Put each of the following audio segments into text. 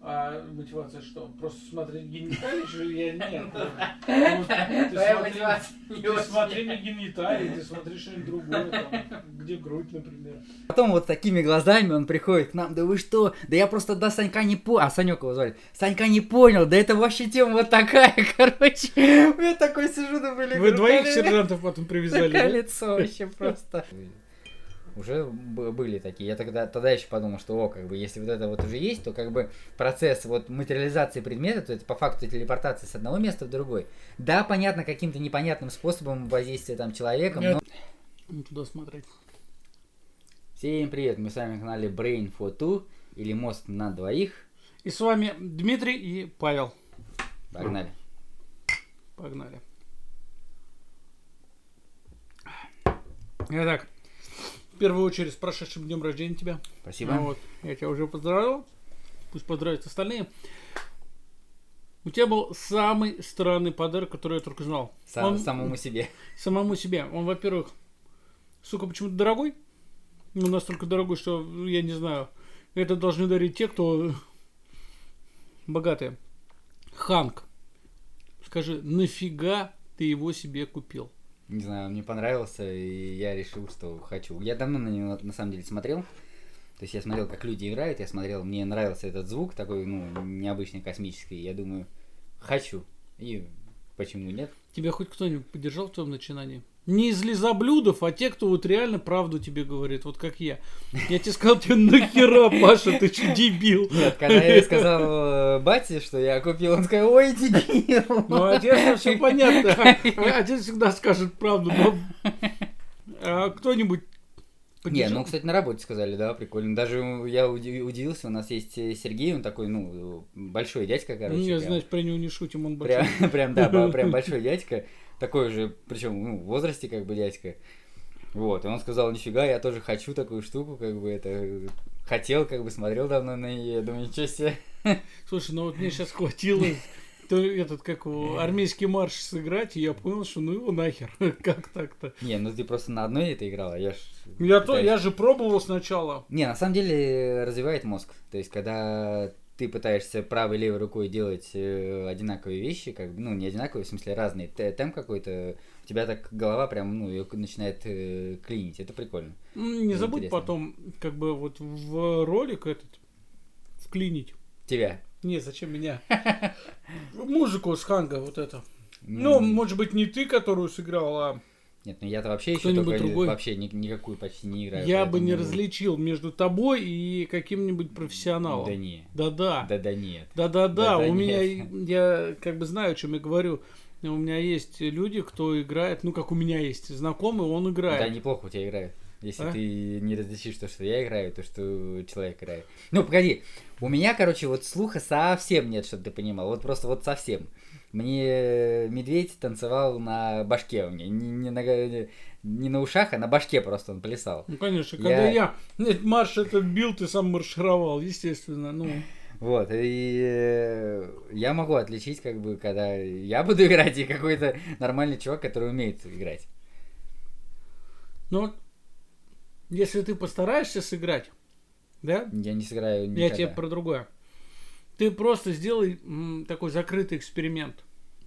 А мотивация что? Просто смотреть гениталии, что я нет. Ты смотри на гениталии, ты смотри что-нибудь другое, там, где грудь, например. Потом вот такими глазами он приходит к нам, да вы что? Да я просто до Санька не понял. А Санек его звали. Санька не понял, да это вообще тема вот такая, короче. Я такой сижу, да блин. Вы двоих сержантов потом привязали, да? Лицо вообще просто. Уже были такие. Я тогда еще подумал, что как бы если вот это вот уже есть, то как бы процесс вот материализации предмета, то это по факту телепортация с одного места в другой. Да, понятно, каким-то непонятным способом воздействия там человеком, но... Не туда смотреть. Всем привет, мы с вами на канале Brain for Two, или Мозг на двоих. И с вами Дмитрий и Павел. Погнали. Погнали. Итак, в первую очередь с прошедшим днем рождения тебя. Спасибо. Ну, вот, я тебя уже поздравил. Пусть поздравят остальные. У тебя был самый странный подарок, который я только знал. Самому себе. Самому себе. Он, во-первых, сука, почему-то дорогой. Ну, настолько дорогой, что я не знаю. Это должны дарить те, кто богатые. Ханк. Скажи, нафига ты его себе купил? Не знаю, мне понравился, и я решил, что хочу. Я давно на него, на самом деле, смотрел. То есть я смотрел, как люди играют, мне нравился этот звук, такой, необычный, космический. Я думаю, хочу. И почему нет? Тебя хоть кто-нибудь поддержал в твоем начинании? Не из лизоблюдов, а те, кто вот реально правду тебе говорит, вот как я. Я тебе сказал, тебе нахера, Паша, ты че, дебил? Нет, когда я сказал бате, что я купил, он сказал, ой, дебил. Ну, отец, все понятно. Отец всегда скажет правду, но кто-нибудь поддержал? Не, кстати, на работе сказали, да, прикольно. Даже я удивился, у нас есть Сергей, он такой, большой дядька, короче. Не, значит, про него не шутим, он большой. Прям большой дядька. Такой же, причем, в возрасте, как бы, дядька. Вот, и он сказал, нифига, я тоже хочу такую штуку, как бы, это... Хотел, как бы, смотрел давно на нее, думаю, ничего себе. Слушай, вот мне сейчас хватило армейский марш сыграть, и я понял, что его нахер, как так-то. Не, ты просто на одной это играл, а я же пробовал сначала. Не, на самом деле развивает мозг, то есть, когда... Ты пытаешься правой и левой рукой делать одинаковые вещи, как бы, не одинаковые, в смысле разные, темп какой-то, у тебя так голова прям, ее начинает клинить, это прикольно. Не это забудь интересно. Потом, как бы, вот в ролик вклинить. Тебя? Не, зачем меня? Музыку с Ханга, вот это. Может быть, не ты, которую сыграл, а... Нет, я-то вообще еще только вообще никакую почти не играю. Я бы не различил между тобой и каким-нибудь профессионалом. Да нет. Да-да. Да-да нет. Да-да-да. У меня, я как бы знаю, о чем я говорю. У меня есть люди, кто играет, как у меня есть знакомый, он играет. Да, неплохо у тебя играет. Если ты не различишь то, что я играю, то, что человек играет. Погоди. У меня, короче, вот слуха совсем нет, чтобы ты понимал. Вот просто вот совсем. Мне медведь танцевал на башке у меня. Не на ушах, а на башке просто он плясал. Конечно. Когда я марш этот бил, ты сам маршировал, естественно. Вот. И я могу отличить, как бы, когда я буду играть, и какой-то нормальный чувак, который умеет играть. Если ты постараешься сыграть, да? Я не сыграю никогда. Я тебе про другое. Ты просто сделай такой закрытый эксперимент.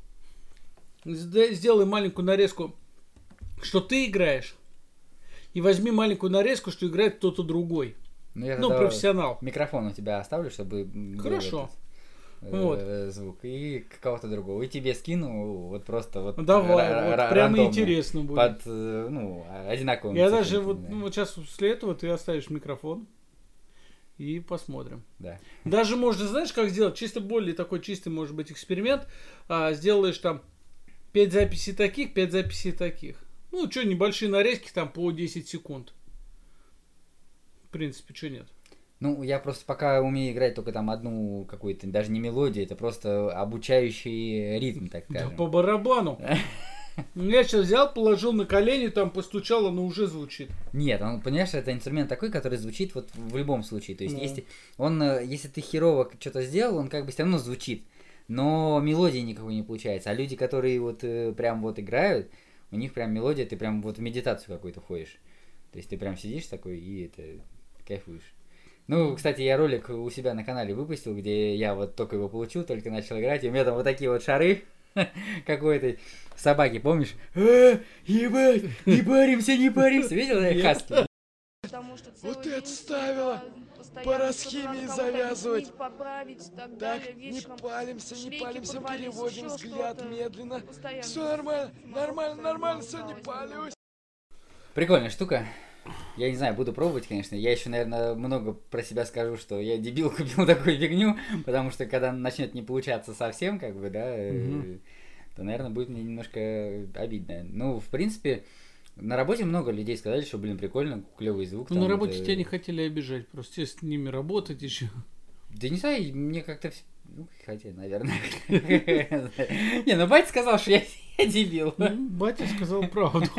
Сделай маленькую нарезку, что ты играешь, и возьми маленькую нарезку, что играет кто-то другой. Профессионал. Микрофон у тебя оставлю, чтобы... Хорошо. Звук. И какого-то другого. И тебе скину вот просто вот... Давай, прямо интересно будет. Под, одинаковым. Я даже вот сейчас после этого ты оставишь микрофон. И посмотрим. Да. Даже можно, знаешь, как сделать? Чисто более такой чистый, может быть, эксперимент. Сделаешь там 5 записей таких, 5 записей таких. Небольшие нарезки там по 10 секунд. В принципе, что нет. Я просто пока умею играть только там одну какую-то, даже не мелодию, это просто обучающий ритм, так скажем. Да по барабану. Я сейчас взял, положил на колени, там постучал, оно уже звучит. Нет, понимаешь, это инструмент такой, который звучит вот в любом случае. То есть, если ты херово что-то сделал, он как бы все равно звучит. Но мелодии никакой не получается. А люди, которые вот прям вот играют, у них прям мелодия, ты прям вот в медитацию какую-то ходишь. То есть ты прям сидишь такой и кайфуешь. Ну, кстати, я ролик у себя на канале выпустил, где я вот только его получил, только начал играть, и у меня там вот такие вот шары какой-то собаки, помнишь? Ебать, не паримся, не паримся. Видел, хаски? Вот ты отставила! Пора с химией завязывать. Так, не палимся, переводим взгляд медленно. Все нормально, нормально, все, не палюсь. Прикольная штука. Я не знаю, буду пробовать, конечно. Я еще, наверное, много про себя скажу, что я дебил купил такую фигню, потому что когда начнет не получаться совсем, как бы, да, то, наверное, будет мне немножко обидно. Ну, в принципе, на работе много людей сказали, что, блин, прикольно, клевый звук. Ну, на работе тебя не хотели обижать, просто тебе с ними работать еще. Да не знаю, мне как-то... Ну, хотя, наверное. Не, ну батя сказал, что я дебил. Батя сказал правду.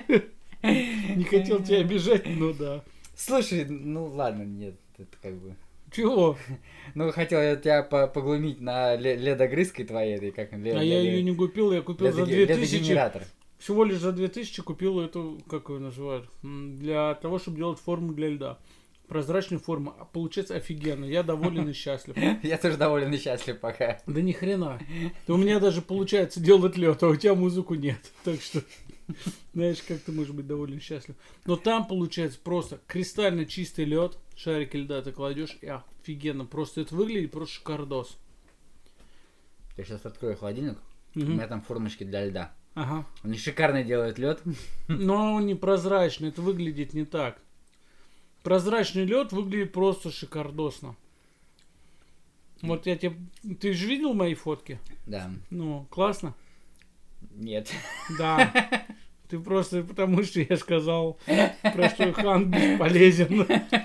Не хотел тебя обижать, но да. Слушай, ну ладно, нет, это как бы... Чего? Ну, хотел я тебя поглумить на ледогрызкой твоей, этой, как... А я ее не купил, я купил за 2000. Всего лишь за 2000 купил эту, как ее называют, для того, чтобы делать форму для льда. Прозрачную форму. Получается офигенно. Я доволен и счастлив. Я тоже доволен и счастлив пока. Да ни хрена. У меня даже получается делать лед, а у тебя музыку нет. Так что, знаешь, как ты можешь быть доволен и счастлив. Но там получается просто кристально чистый лед. Шарики льда ты кладешь, и офигенно. Просто это выглядит просто шикардос. Я сейчас открою холодильник. У меня там формочки для льда. Ага. Они шикарно делают лед. Но он не прозрачный, это выглядит не так. Прозрачный лед выглядит просто шикардосно. Вот я тебе... Ты же видел мои фотки? Да. Ну, классно? Нет. Да. Ты просто потому, что я сказал, про что Ханк бесполезен.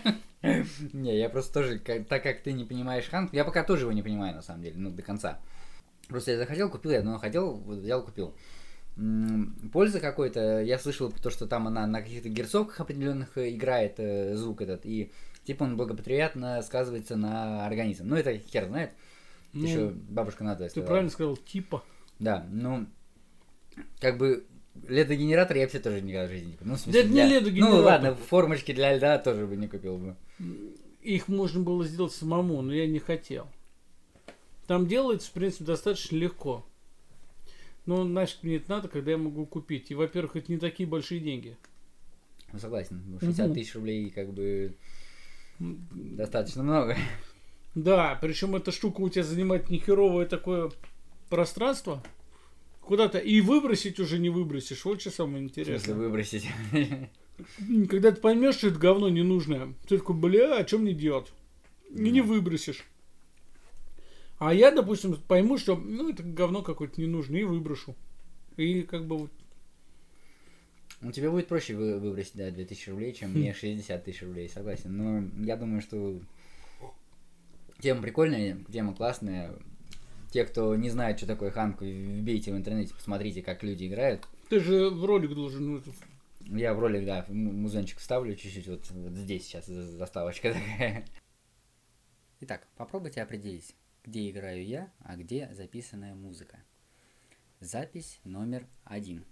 Не, я просто тоже, так как ты не понимаешь Ханк, я пока тоже его не понимаю, на самом деле, ну, до конца. Просто я захотел, купил, я одно хотел, взял, купил. Польза какой-то, я слышал то, что там она на каких-то герцогах определенных играет звук этот, и типа он благоприятно сказывается на организм. Ну, это хер знает. Ну, еще бабушка надо сказала. Ты правильно сказал, типа. Да, ну, как бы ледогенератор я вообще тоже никогда в жизни не купил. Ну, в Да смысле, это не ледогенератор. Ну, ладно, формочки для льда тоже бы не купил бы. Их можно было сделать самому, но я не хотел. Там делается, в принципе, достаточно легко. Но нафиг мне это надо, когда я могу купить. И, во-первых, это не такие большие деньги. Ну, согласен. 60 тысяч рублей, как бы, достаточно много. Да, причем эта штука у тебя занимает нехеровое такое пространство. Куда-то и выбросить уже не выбросишь. Вот что самое интересное. В смысле выбросить? Когда ты поймешь, что это говно ненужное, ты такой, бля, а что мне делать? И не выбросишь. А я, допустим, пойму, что ну это говно какое-то ненужное, и выброшу. И как бы вот. Ну, тебе будет проще выбросить, да, 2000 рублей, чем мне 60 тысяч рублей, согласен. Но я думаю, что тема прикольная, тема классная. Те, кто не знает, что такое Ханк, вбейте в интернете, посмотрите, как люди играют. Ты же в ролик должен... Я в ролик, да, музончик вставлю чуть-чуть, вот здесь сейчас заставочка такая. Итак, попробуйте определить, где играю я, а где записанная музыка. Запись номер 1.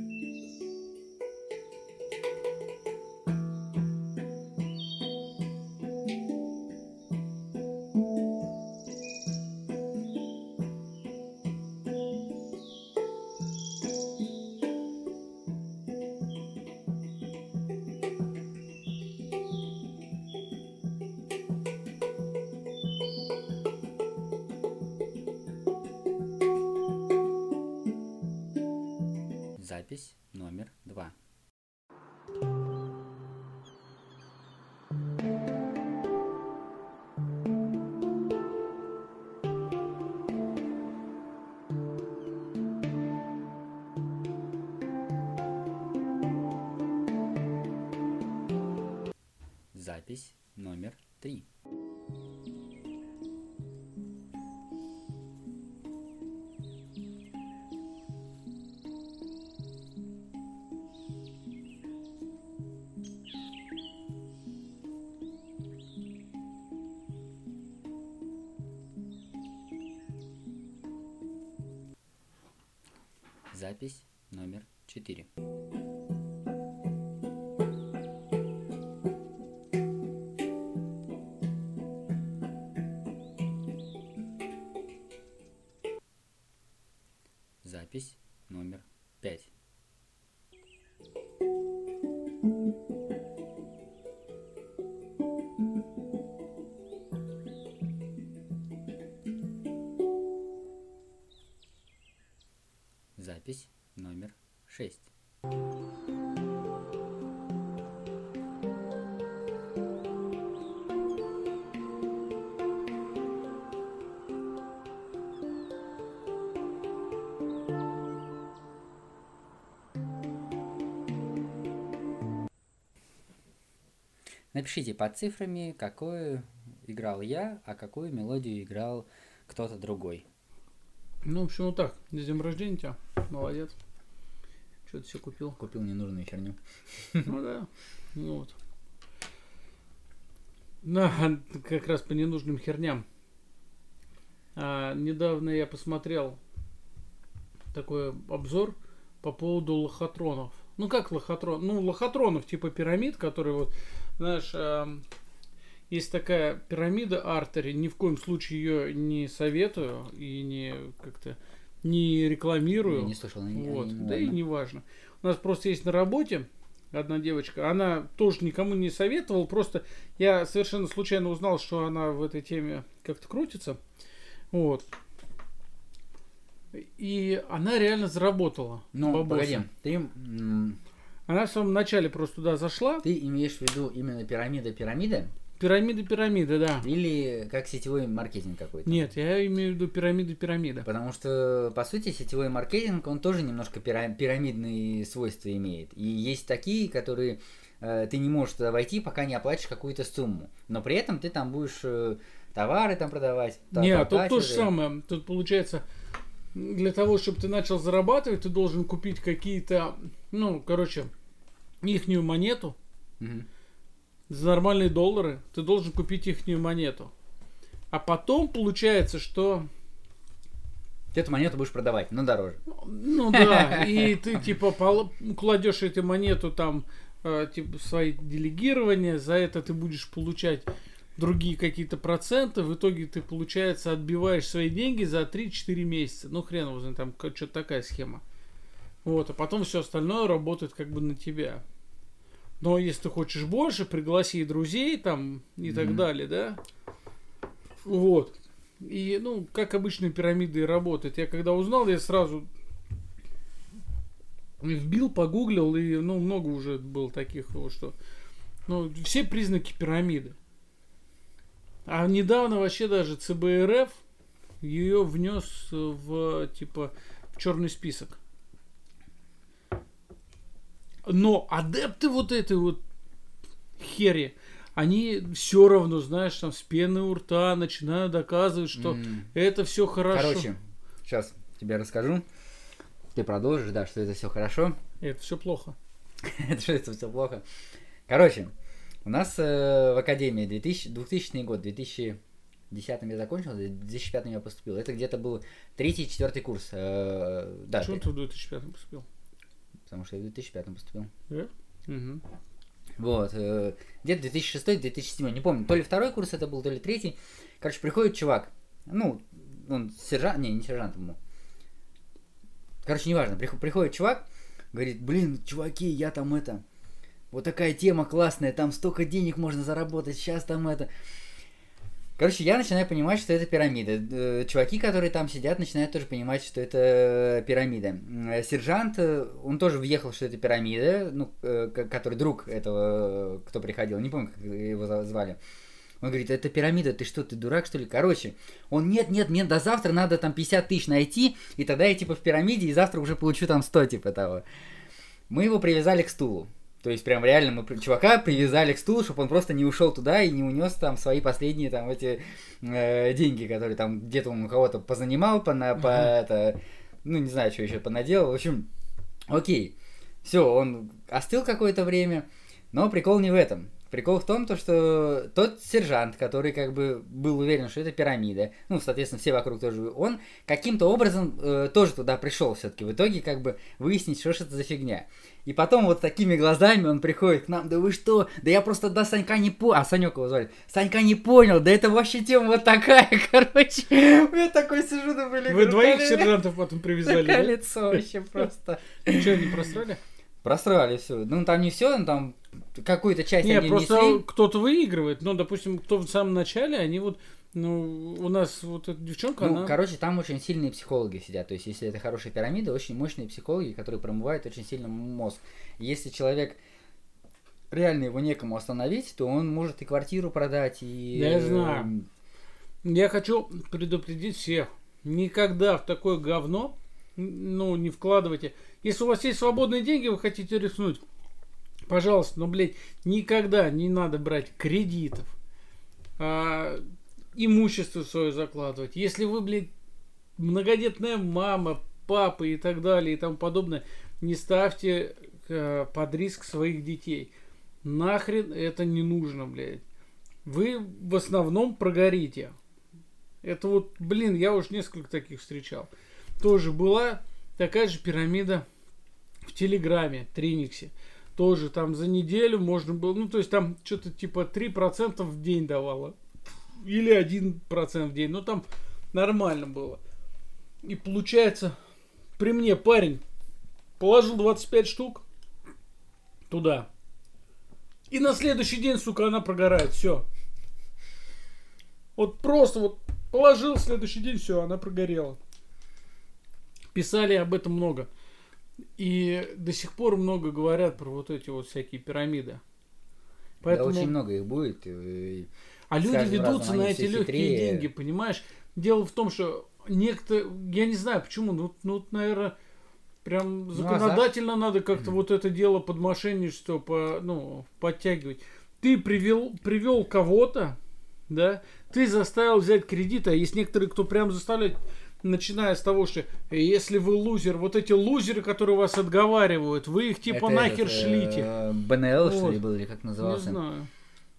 Запись номер 2. Запись номер 3. Запись номер 4. Запись номер 5. Запись номер 6. Напишите под цифрами, какую играл я, а какую мелодию играл кто-то другой. Ну, в общем, вот так. С днем рождения тебя. Молодец. Что ты все купил? Купил ненужную херню. Ну да. Ну вот. Да, как раз по ненужным херням. Недавно я посмотрел такой обзор по поводу лохотронов. Ну как лохотрон? Ну, лохотронов типа пирамид, которые вот, знаешь, есть такая пирамида Артери. Ни в коем случае ее не советую и не как-то не рекламирую. Я не слышал. Вот. Да и не важно. У нас просто есть на работе одна девочка. Она тоже никому не советовала. Просто я совершенно случайно узнал, что она в этой теме как-то крутится. Вот. И она реально заработала. Ну, погоди, ты... Она в самом начале просто туда зашла. Ты имеешь в виду именно пирамида? Пирамида, да. Или как сетевой маркетинг какой-то? Нет, я имею в виду пирамида. Потому что, по сути, сетевой маркетинг, он тоже немножко пирамидные свойства имеет. И есть такие, которые ты не можешь туда войти, пока не оплатишь какую-то сумму. Но при этом ты там будешь товары там продавать. Нет, тут то же самое. Тут получается, для того, чтобы ты начал зарабатывать, ты должен купить какие-то, ихнюю монету. Угу. За нормальные доллары ты должен купить ихнюю монету. А потом получается, что... Ты эту монету будешь продавать, но дороже. Ну да, и ты типа кладешь эту монету там, типа свои делегирования, за это ты будешь получать другие какие-то проценты, в итоге ты, получается, отбиваешь свои деньги за 3-4 месяца. Ну хрен его знает, там что-то такая схема. Вот, а потом все остальное работает как бы на тебя. Но если ты хочешь больше, пригласи друзей там и так далее, да? Вот. И, как обычно пирамиды работают. Я когда узнал, я сразу вбил, погуглил, и, много уже было таких, что... все признаки пирамиды. А недавно вообще даже ЦБ РФ ее внес в черный список. Но адепты вот этой вот хери, они все равно, знаешь, там с пены у рта начинают доказывать, что это все хорошо. Короче, сейчас тебе расскажу. Ты продолжишь, да, что это все хорошо. Это все плохо. Это все плохо. Короче, у нас в академии 2000 год, 2010 я закончил, в 2005 я поступил. Это где-то был 3-4 курс. Да. Почему ты в 2005 поступил? Потому что я в 2005 поступил. Угу. Вот. Где-то 2006-2007, не помню. То ли второй курс это был, то ли третий. Короче, приходит чувак. Он сержант. Не сержант ему. Короче, неважно. Приходит чувак, говорит, чуваки, я там вот такая тема классная, там столько денег можно заработать, сейчас там это... Короче, я начинаю понимать, что это пирамида. Чуваки, которые там сидят, начинают тоже понимать, что это пирамида. Сержант, он тоже въехал, что это пирамида, который друг этого, кто приходил, не помню, как его звали. Он говорит, это пирамида, ты что, ты дурак, что ли? Короче, он, нет, мне до завтра надо там 50 тысяч найти, и тогда я в пирамиде, и завтра уже получу там 100, того. Мы его привязали к стулу. То есть, прям реально мы чувака привязали к стулу, чтобы он просто не ушел туда и не унес там свои последние там эти деньги, которые там где-то он у кого-то позанимал, не знаю, что еще понаделал. В общем, окей. Все, он остыл какое-то время, но прикол не в этом. Прикол в том, то, что тот сержант, который как бы был уверен, что это пирамида, ну, соответственно, все вокруг тоже, он каким-то образом тоже туда пришел все-таки. В итоге как бы выяснить, что ж это за фигня. И потом вот такими глазами он приходит к нам, да вы что? Да я просто до Санька не понял. А Санек его звали. Санька не понял, да это вообще тема вот такая, короче. Я такой сижу, да блин. Вы двоих сержантов потом привязали, такое лицо вообще просто. Что, не просрали? Просрали все. Ну там не все, там какую-то часть Нет, они просто несли. кто-то выигрывает. Ну, допустим, кто в самом начале, они вот, ну, у нас вот эта девчонка, Ну, она... короче, там очень сильные психологи сидят. То есть, если это хорошая пирамида, очень мощные психологи, которые промывают очень сильно мозг. Если человек реально его некому остановить, то он может и квартиру продать, и... Я знаю. Я хочу предупредить всех. Никогда в такое говно, ну, не вкладывайте. Если у вас есть свободные деньги, вы хотите рискнуть, пожалуйста, но, блядь, никогда не надо брать кредитов, имущество свое закладывать. Если вы, блядь, многодетная мама, папа и так далее и тому подобное, не ставьте под риск своих детей. Нахрен это не нужно, блядь. Вы в основном прогорите. Это вот, блин, я уж несколько таких встречал. Тоже была такая же пирамида в Телеграме, Триниксе. Тоже там за неделю можно было, ну, то есть там что-то типа 3% в день давало. Или 1% в день. Ну, там нормально было. И получается, при мне парень положил 25 штук туда. И на следующий день, сука, она прогорает. Все. Вот просто вот положил, следующий день, все, она прогорела. Писали об этом много. И до сих пор много говорят про вот эти вот всякие пирамиды. Поэтому... Да, очень много их будет. А люди ведутся на эти легкие деньги, понимаешь? Дело в том, что некто, я не знаю почему, ну наверное, прям законодательно надо как-то вот это дело под мошенничество подтягивать. Ты привел кого-то, да, ты заставил взять кредит, а есть некоторые, кто прям заставляет, начиная с того, что если вы лузер, вот эти лузеры, которые вас отговаривают, вы их типа это нахер шлите. БНЛ, вот. Что ли, был, или как назывался? Не знаю.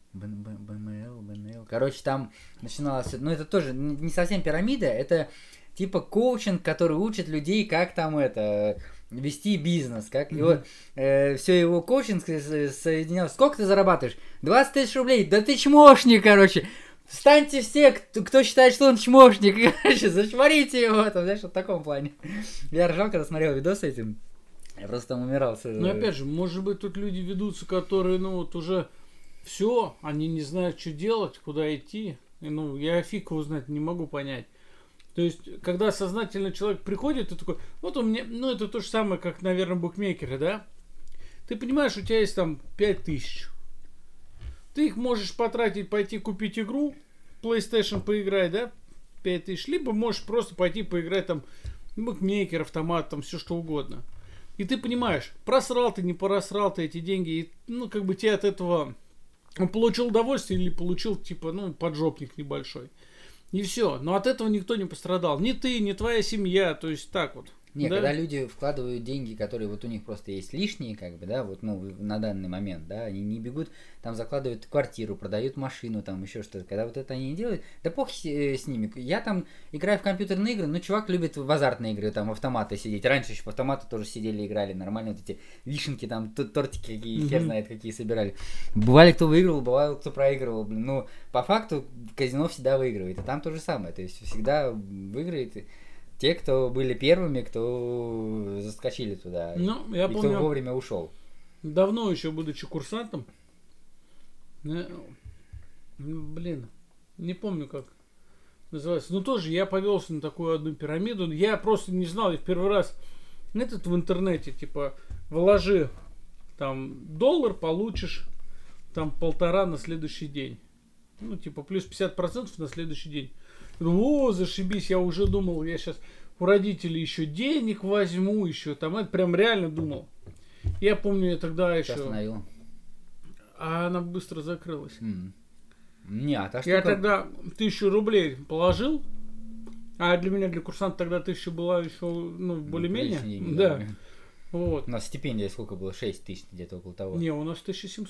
БНЛ. Короче, там начиналось... Ну, это тоже не совсем пирамида, это типа коучинг, который учит людей, как там это... вести бизнес, как его... все его коучинг соединялось. Сколько ты зарабатываешь? 20 тысяч рублей. Да ты чмошник, короче. Встаньте все, кто считает, что он чмошник. Короче, зачморите его. Там, знаешь, в таком плане. Я ржал, когда смотрел видосы этим. Я просто там умирал. Ну, опять же, может быть, тут люди ведутся, которые, ну, вот уже... Все, они не знают, что делать, куда идти. И, ну, я фиг его знать, не могу понять. То есть, когда сознательный человек приходит, ты такой, вот у меня, ну, это то же самое, как, наверное, букмекеры, да? Ты понимаешь, у тебя есть там 5000. Ты их можешь потратить, пойти купить игру, PlayStation поиграть, да? 5000. Либо можешь просто пойти поиграть там букмекер, автомат, там все что угодно. И ты понимаешь, просрал ты, не просрал ты эти деньги, и, ну, как бы тебе от этого... Он получил удовольствие или получил, типа, ну, поджопник небольшой. И все. Но от этого никто не пострадал. Ни ты, ни твоя семья. То есть так вот. Не, да? Когда люди вкладывают деньги, которые вот у них просто есть лишние, как бы, да, вот, ну, на данный момент, да, они не бегут, там закладывают квартиру, продают машину, там еще что-то. Когда вот это они не делают, да похуй с ними. Я там играю в компьютерные игры, ну, чувак любит в азартные игры, там, в автоматы сидеть. Раньше еще в автоматы тоже сидели, играли нормально, вот эти вишенки, там, тортики какие, хер знает, какие собирали. Бывали, кто выигрывал, бывало, кто проигрывал, блин. Ну, по факту, казино всегда выигрывает, и там то же самое, то есть всегда выиграет те, кто были первыми, кто заскочили туда, ну, я и помню, кто вовремя ушел. Давно еще, будучи курсантом, блин, не помню как называется, но тоже я повелся на такую одну пирамиду, я просто не знал, я в первый раз этот в интернете, типа, вложи там $1, получишь там 1,5 на следующий день, ну, типа, плюс 50% на следующий день. О, зашибись, я уже думал, я сейчас у родителей еще денег возьму, еще там, это прям реально думал. Я помню, я тогда еще... Остановила. А она быстро закрылась. Нет, а что? Я тогда 1000 рублей положил, а для меня, для курсанта, тогда 1000 была еще, ну, более-менее. Деньги, да. Вот. У нас стипендия сколько было? 6 тысяч, где-то около того. Не, у нас 1700.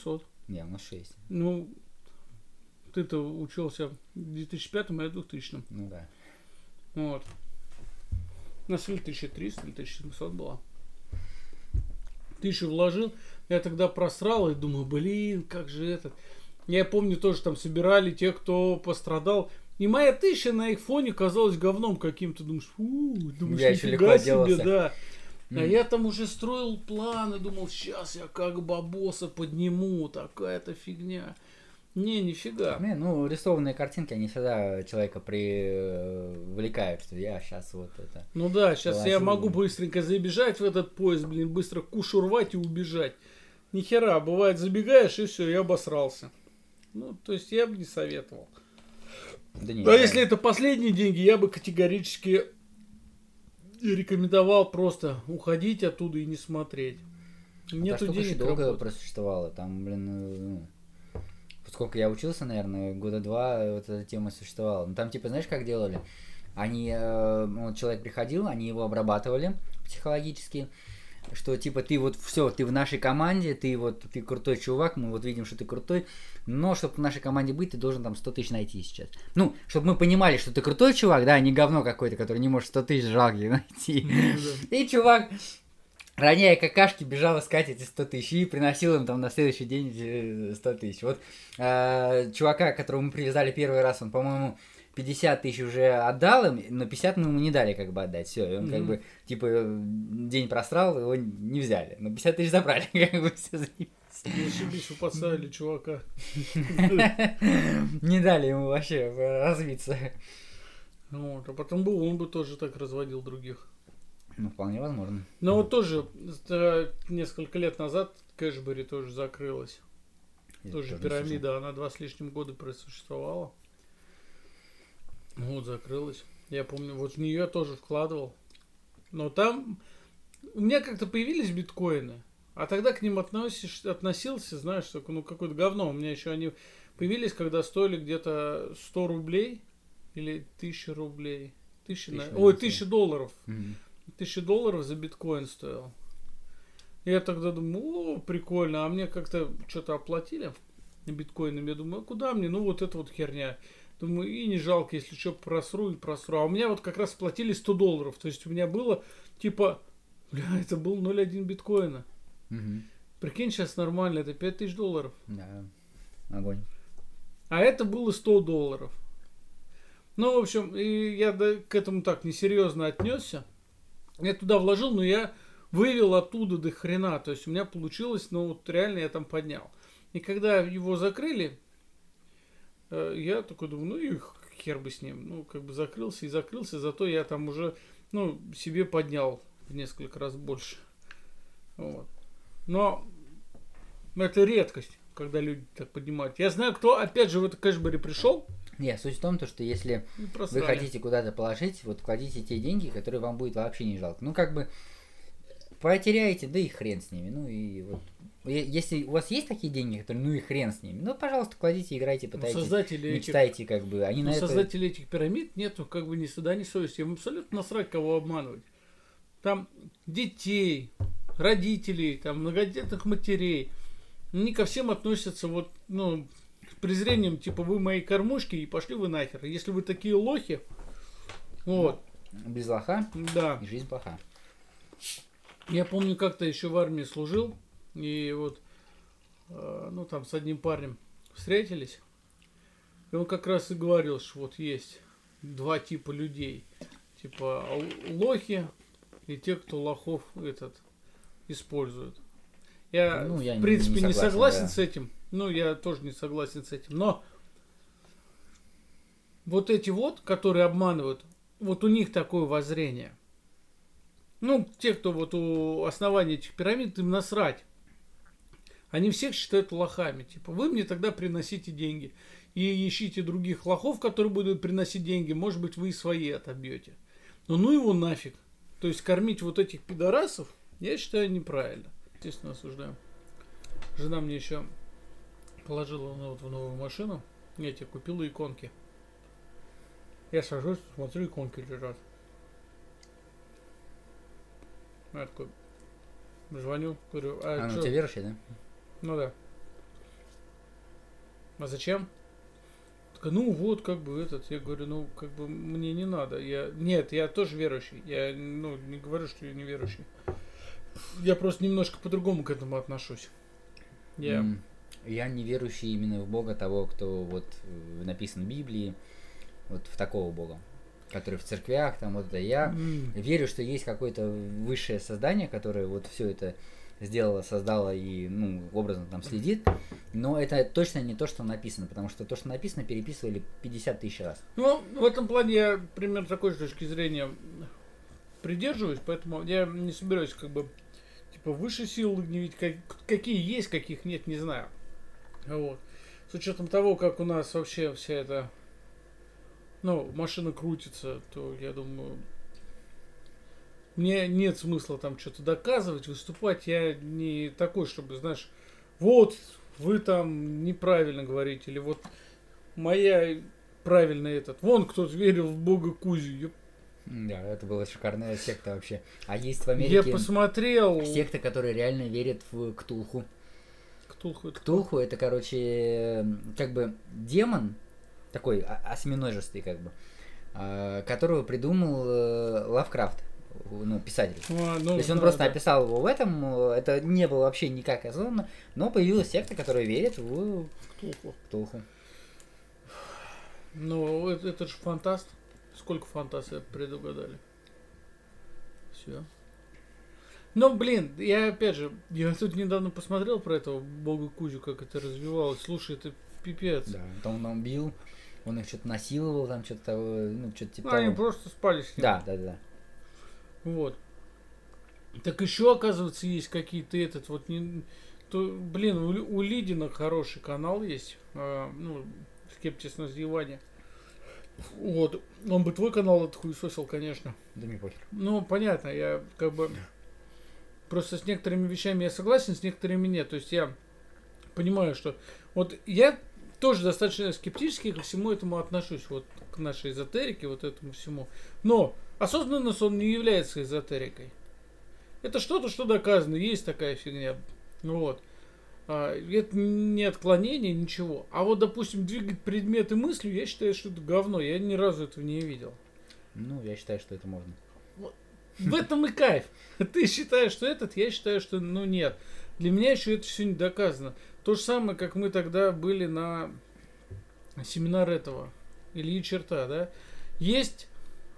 Не, у нас 6. Ну, ты-то учился в 2005 и я в 2000. Ну да. Вот. У нас или 1300, или 1700 было. 1000 вложил. Я тогда просрал и думаю, блин, как же этот. Я помню, тоже там собирали те, кто пострадал. И моя 1000 на их фоне казалась говном каким-то. Думаешь, Я еще легко отделался. да. А я там уже строил планы, думал, сейчас я как бабоса подниму, такая-то фигня. Не, нифига. Не, ну, рисованные картинки, они всегда человека привлекают, что я сейчас вот это. Ну да, сейчас положу. я могу быстренько забежать в этот поезд, блин, быстро кушу рвать и убежать. Ни хера, бывает, забегаешь и все, я обосрался. Ну, то есть я бы не советовал. Да нет, А если это последние деньги, я бы категорически рекомендовал просто уходить оттуда и не смотреть. Нету штука денег очень долго работать. просуществовала. Там, блин, ну, сколько я учился, наверное, года 2 вот эта тема существовала. Ну, там, типа, знаешь, как делали? Они, вот человек приходил, они его обрабатывали психологически, что, типа, ты вот все, ты в нашей команде, ты крутой чувак, мы вот видим, что ты крутой, но чтобы в нашей команде быть, ты должен там 100 тысяч найти сейчас. Ну, чтобы мы понимали, что ты крутой чувак, да, а не говно какой-то, который не может 100 тысяч жалких найти. И чувак, роняя какашки, бежал искать эти 100 тысяч и приносил им там на следующий день 100 тысяч. Вот чувака, которого мы привязали первый раз, он, по-моему, 50 тысяч уже отдал им, но 50 мы ему не дали как бы отдать. Все, и он как бы, типа, день просрал, его не взяли. Но 50 тысяч забрали, как бы все заебись. Зашибись, вы подставили чувака. Не дали ему вообще развиться. Вот, а потом был, он бы тоже так разводил других. Ну, вполне возможно. Но вот тоже несколько лет назад Кэшбери тоже закрылась. Тоже пирамида, она 2 с лишним года просуществовала. Вот, закрылась. Я помню, вот в нее я тоже вкладывал. Но там у меня как-то появились биткоины, а тогда к ним относился, знаешь, только, ну, какое-то говно. У меня еще они появились, когда стоили где-то 100 рублей или 1000 рублей. 1000 долларов. 1000 долларов за биткоин стоил. Я тогда думаю, о, прикольно. А мне как-то что-то оплатили биткоинами. Я думаю, а куда мне? Ну, вот эта вот херня. Думаю, и не жалко, если что, просру. А у меня вот как раз платили 100 долларов. То есть у меня было, типа, это был 0,1 биткоина. Прикинь, сейчас нормально, это 5000 долларов. Да, огонь. А это было 100 долларов. Ну, в общем, и я к этому так несерьезно отнесся. Я туда вложил, но я вывел оттуда до хрена. То есть у меня получилось, ну вот реально я там поднял. И когда его закрыли, я такой думаю, ну и хер бы с ним. Ну, как бы закрылся и закрылся, зато я там уже, ну, себе поднял в несколько раз больше. Вот. Но это редкость, когда люди так поднимают. Я знаю, кто опять же в это Кэшбери пришел. Нет, суть в том, что если вы хотите куда-то положить, вот кладите те деньги, которые вам будет вообще не жалко. Ну, как бы, потеряете, да и хрен с ними. Ну, и вот, если у вас есть такие деньги, которые, ну и хрен с ними, ну, пожалуйста, кладите, играйте, пытайтесь, мечтайте, как бы. Они на создатели этих пирамид нету, как бы, ни стыда, ни совести. Им абсолютно насрать, кого обманывать. Там детей, родителей, там, многодетных матерей. Они ко всем относятся вот, ну, с презрением, типа, вы мои кормушки, и пошли вы нахер. Если вы такие лохи, вот. Без лоха, да. И жизнь плоха. Я помню, как-то еще в армии служил, и вот, ну, там с одним парнем встретились, и он как раз и говорил, что вот есть 2 типа людей. Типа, лохи и те, кто лохов используют. Я в принципе, не согласен да. с этим. Ну, я тоже не согласен с этим. Но вот эти вот, которые обманывают, вот у них такое воззрение. Ну, те, кто вот у основания этих пирамид, им насрать. Они всех считают лохами. Типа, вы мне тогда приносите деньги. И ищите других лохов, которые будут приносить деньги. Может быть, вы и свои отобьете. Но ну его нафиг. То есть, кормить вот этих пидорасов, я считаю, неправильно. Естественно, осуждаем. Жена мне еще положила вот в новую машину. Я тебе купила иконки. Я сажусь, смотрю, иконки лежат. Я такой звоню, говорю, ну тебе верующий, да? Ну да. А зачем? Такая, ну вот, как бы этот, я говорю, ну, как бы мне не надо. Нет, я тоже верующий. Я, ну, не говорю, что я не верующий. Я просто немножко по-другому к этому отношусь. Я не верующий именно в Бога того, кто вот написан в Библии, вот в такого Бога, который в церквях, там вот это. Я верю, что есть какое-то высшее создание, которое вот все это сделала, создала и, ну, образно там следит, но это точно не то, что написано, потому что то, что написано, переписывали 50 тысяч раз. Ну, в этом плане я примерно такой же точки зрения придерживаюсь, поэтому я не собираюсь как бы типа выше силы гневить, какие есть, каких нет, не знаю. Вот. С учетом того, как у нас вообще вся эта, ну, машина крутится, то я думаю, мне нет смысла там что-то доказывать, выступать. Я не такой, чтобы, знаешь, вот вы там неправильно говорите, или вот моя правильно этот. Вон кто-то верил в бога Кузю. Да, это была шикарная секта вообще. А есть в Америке... Я посмотрел... Секта, которая реально верит в Ктулху. Ктулху это, короче, как бы демон, такой осьминожистый, как бы, которого придумал Лавкрафт. Ну, писатель. То есть он просто описал его в этом, это не было вообще никак осознанно, но появилась секта, которая верит в Ктулху. Ну, это же фантаст. Сколько фантастов предугадали? Все. Но, блин, я опять же, я тут недавно посмотрел про этого бога Кузю, как это развивалось. Слушай, это пипец. Да, там он там бил, он их что-то насиловал, там что-то, ну, что-то типа того. Они просто спали с ним. Да. Вот. Так еще, оказывается, есть какие-то блин, у Лидина хороший канал есть. Ну, Скептис на Зеване. Вот. Он бы твой канал отхуесосил, конечно. Да мне похер. Ну, понятно, я как бы... Просто с некоторыми вещами я согласен, с некоторыми нет. То есть я понимаю, что... Вот я тоже достаточно скептически ко всему этому отношусь. Вот к нашей эзотерике, вот этому всему. Но осознанность он не является эзотерикой. Это что-то, что доказано. Есть такая фигня. Ну вот. Это не отклонение, ничего. А вот, допустим, двигать предметы мыслью, я считаю, что это говно. Я ни разу этого не видел. Ну, я считаю, что это можно. В этом и кайф. Ты считаешь, что этот, я считаю, что ну нет. Для меня еще это все не доказано. То же самое, как мы тогда были на семинар этого Ильи Черта, да. Есть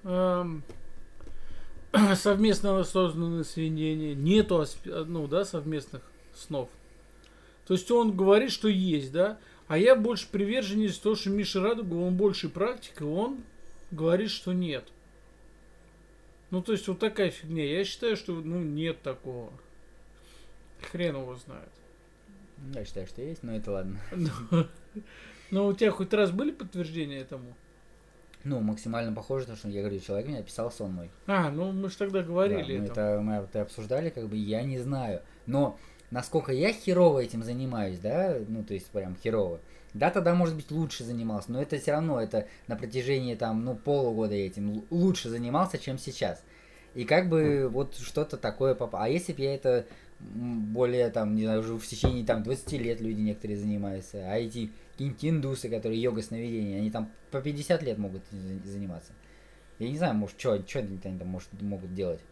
совместно осознанное сведение, нету совместных снов. То есть он говорит, что есть, да. А я больше приверженец того, что Миша Радуга, он больше практик, и он говорит, что нет. Ну, то есть, вот такая фигня. Я считаю, что, ну, нет такого. Хрен его знает. Я считаю, что есть, но это ладно. Но у тебя хоть раз были подтверждения этому? Ну, максимально похоже, потому что, я говорю, человек мне описал сон мой. Ну, мы же тогда говорили это. Мы это обсуждали, как бы, я не знаю. Но, насколько я херово этим занимаюсь, да, ну, то есть, прям херово. Да, тогда, может быть, лучше занимался, но это все равно, это на протяжении, там, ну, полугода я этим лучше занимался, чем сейчас. И как бы вот что-то такое попало. А если бы я это более, там, не знаю, уже в течение, там, 20 лет люди некоторые занимаются, а эти какие-нибудь индусы, которые йога-сновидения, они там по 50 лет могут заниматься. Я не знаю, может, что они там могут делать.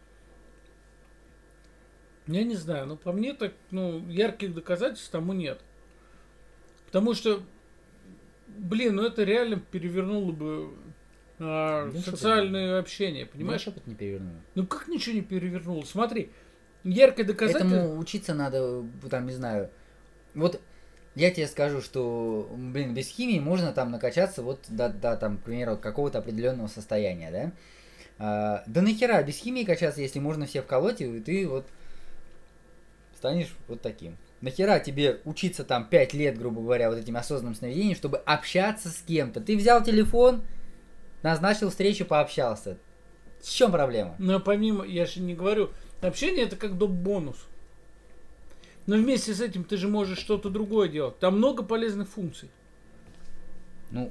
Я не знаю, но по мне так, ну, ярких доказательств тому нет. Потому что, блин, ну это реально перевернуло бы социальное общение, понимаешь? Ну, это не перевернуло. Ну как ничего не перевернуло? Смотри, яркое доказательство... Этому учиться надо, там, не знаю, вот я тебе скажу, что, блин, без химии можно там накачаться вот до там, к примеру, какого-то определенного состояния, да? Да нахера без химии качаться, если можно всех вколоть, и ты вот станешь вот таким. Нахера тебе учиться там 5 лет, грубо говоря, вот этим осознанным сновидением, чтобы общаться с кем-то? Ты взял телефон, назначил встречу, пообщался. В чем проблема? Но помимо, я же не говорю, общение это как доп. Бонус. Но вместе с этим ты же можешь что-то другое делать. Там много полезных функций. Ну.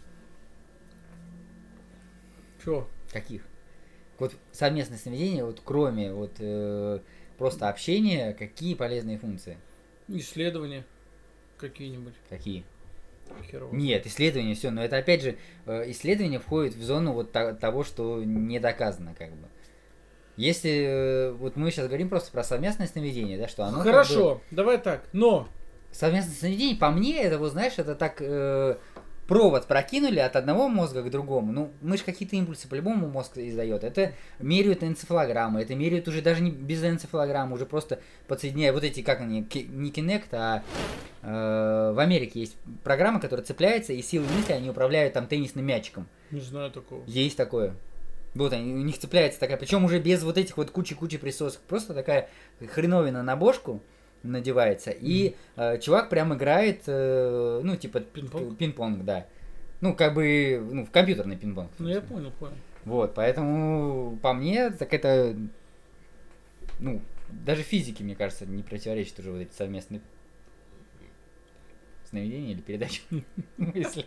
Чё? Каких? Вот совместное сновидение, вот кроме вот просто общения, какие полезные функции? Исследования какие-нибудь. Какие? Херово. Нет, исследование все, но это опять же, исследование входит в зону вот того, что не доказано как бы. Если вот мы сейчас говорим просто про совместное сновидение, да, что оно Хорошо, как бы... давай так, но... Совместное сновидение, по мне, это, вот знаешь, это так провод прокинули от одного мозга к другому. Ну, мы же какие-то импульсы по-любому мозг издает. Это меряют энцефалограммы, это меряют уже даже не без энцефалограммы, уже просто подсоединяя вот эти, как они, не Kinect, а в Америке есть программа, которая цепляется, и силой мысли они управляют там теннисным мячиком. Не знаю такого. Есть такое. Вот они, у них цепляется такая, причем уже без вот этих вот кучи присосок, просто такая хреновина на бошку надевается, и чувак прям играет, ну, типа пинг-понг, да. Ну, как бы, ну, в компьютерный пинг-понг. Ну, я понял. Вот, поэтому, по мне, так это, ну, даже физике, мне кажется, не противоречит уже вот эти совместные сновидения или передачи мыслей.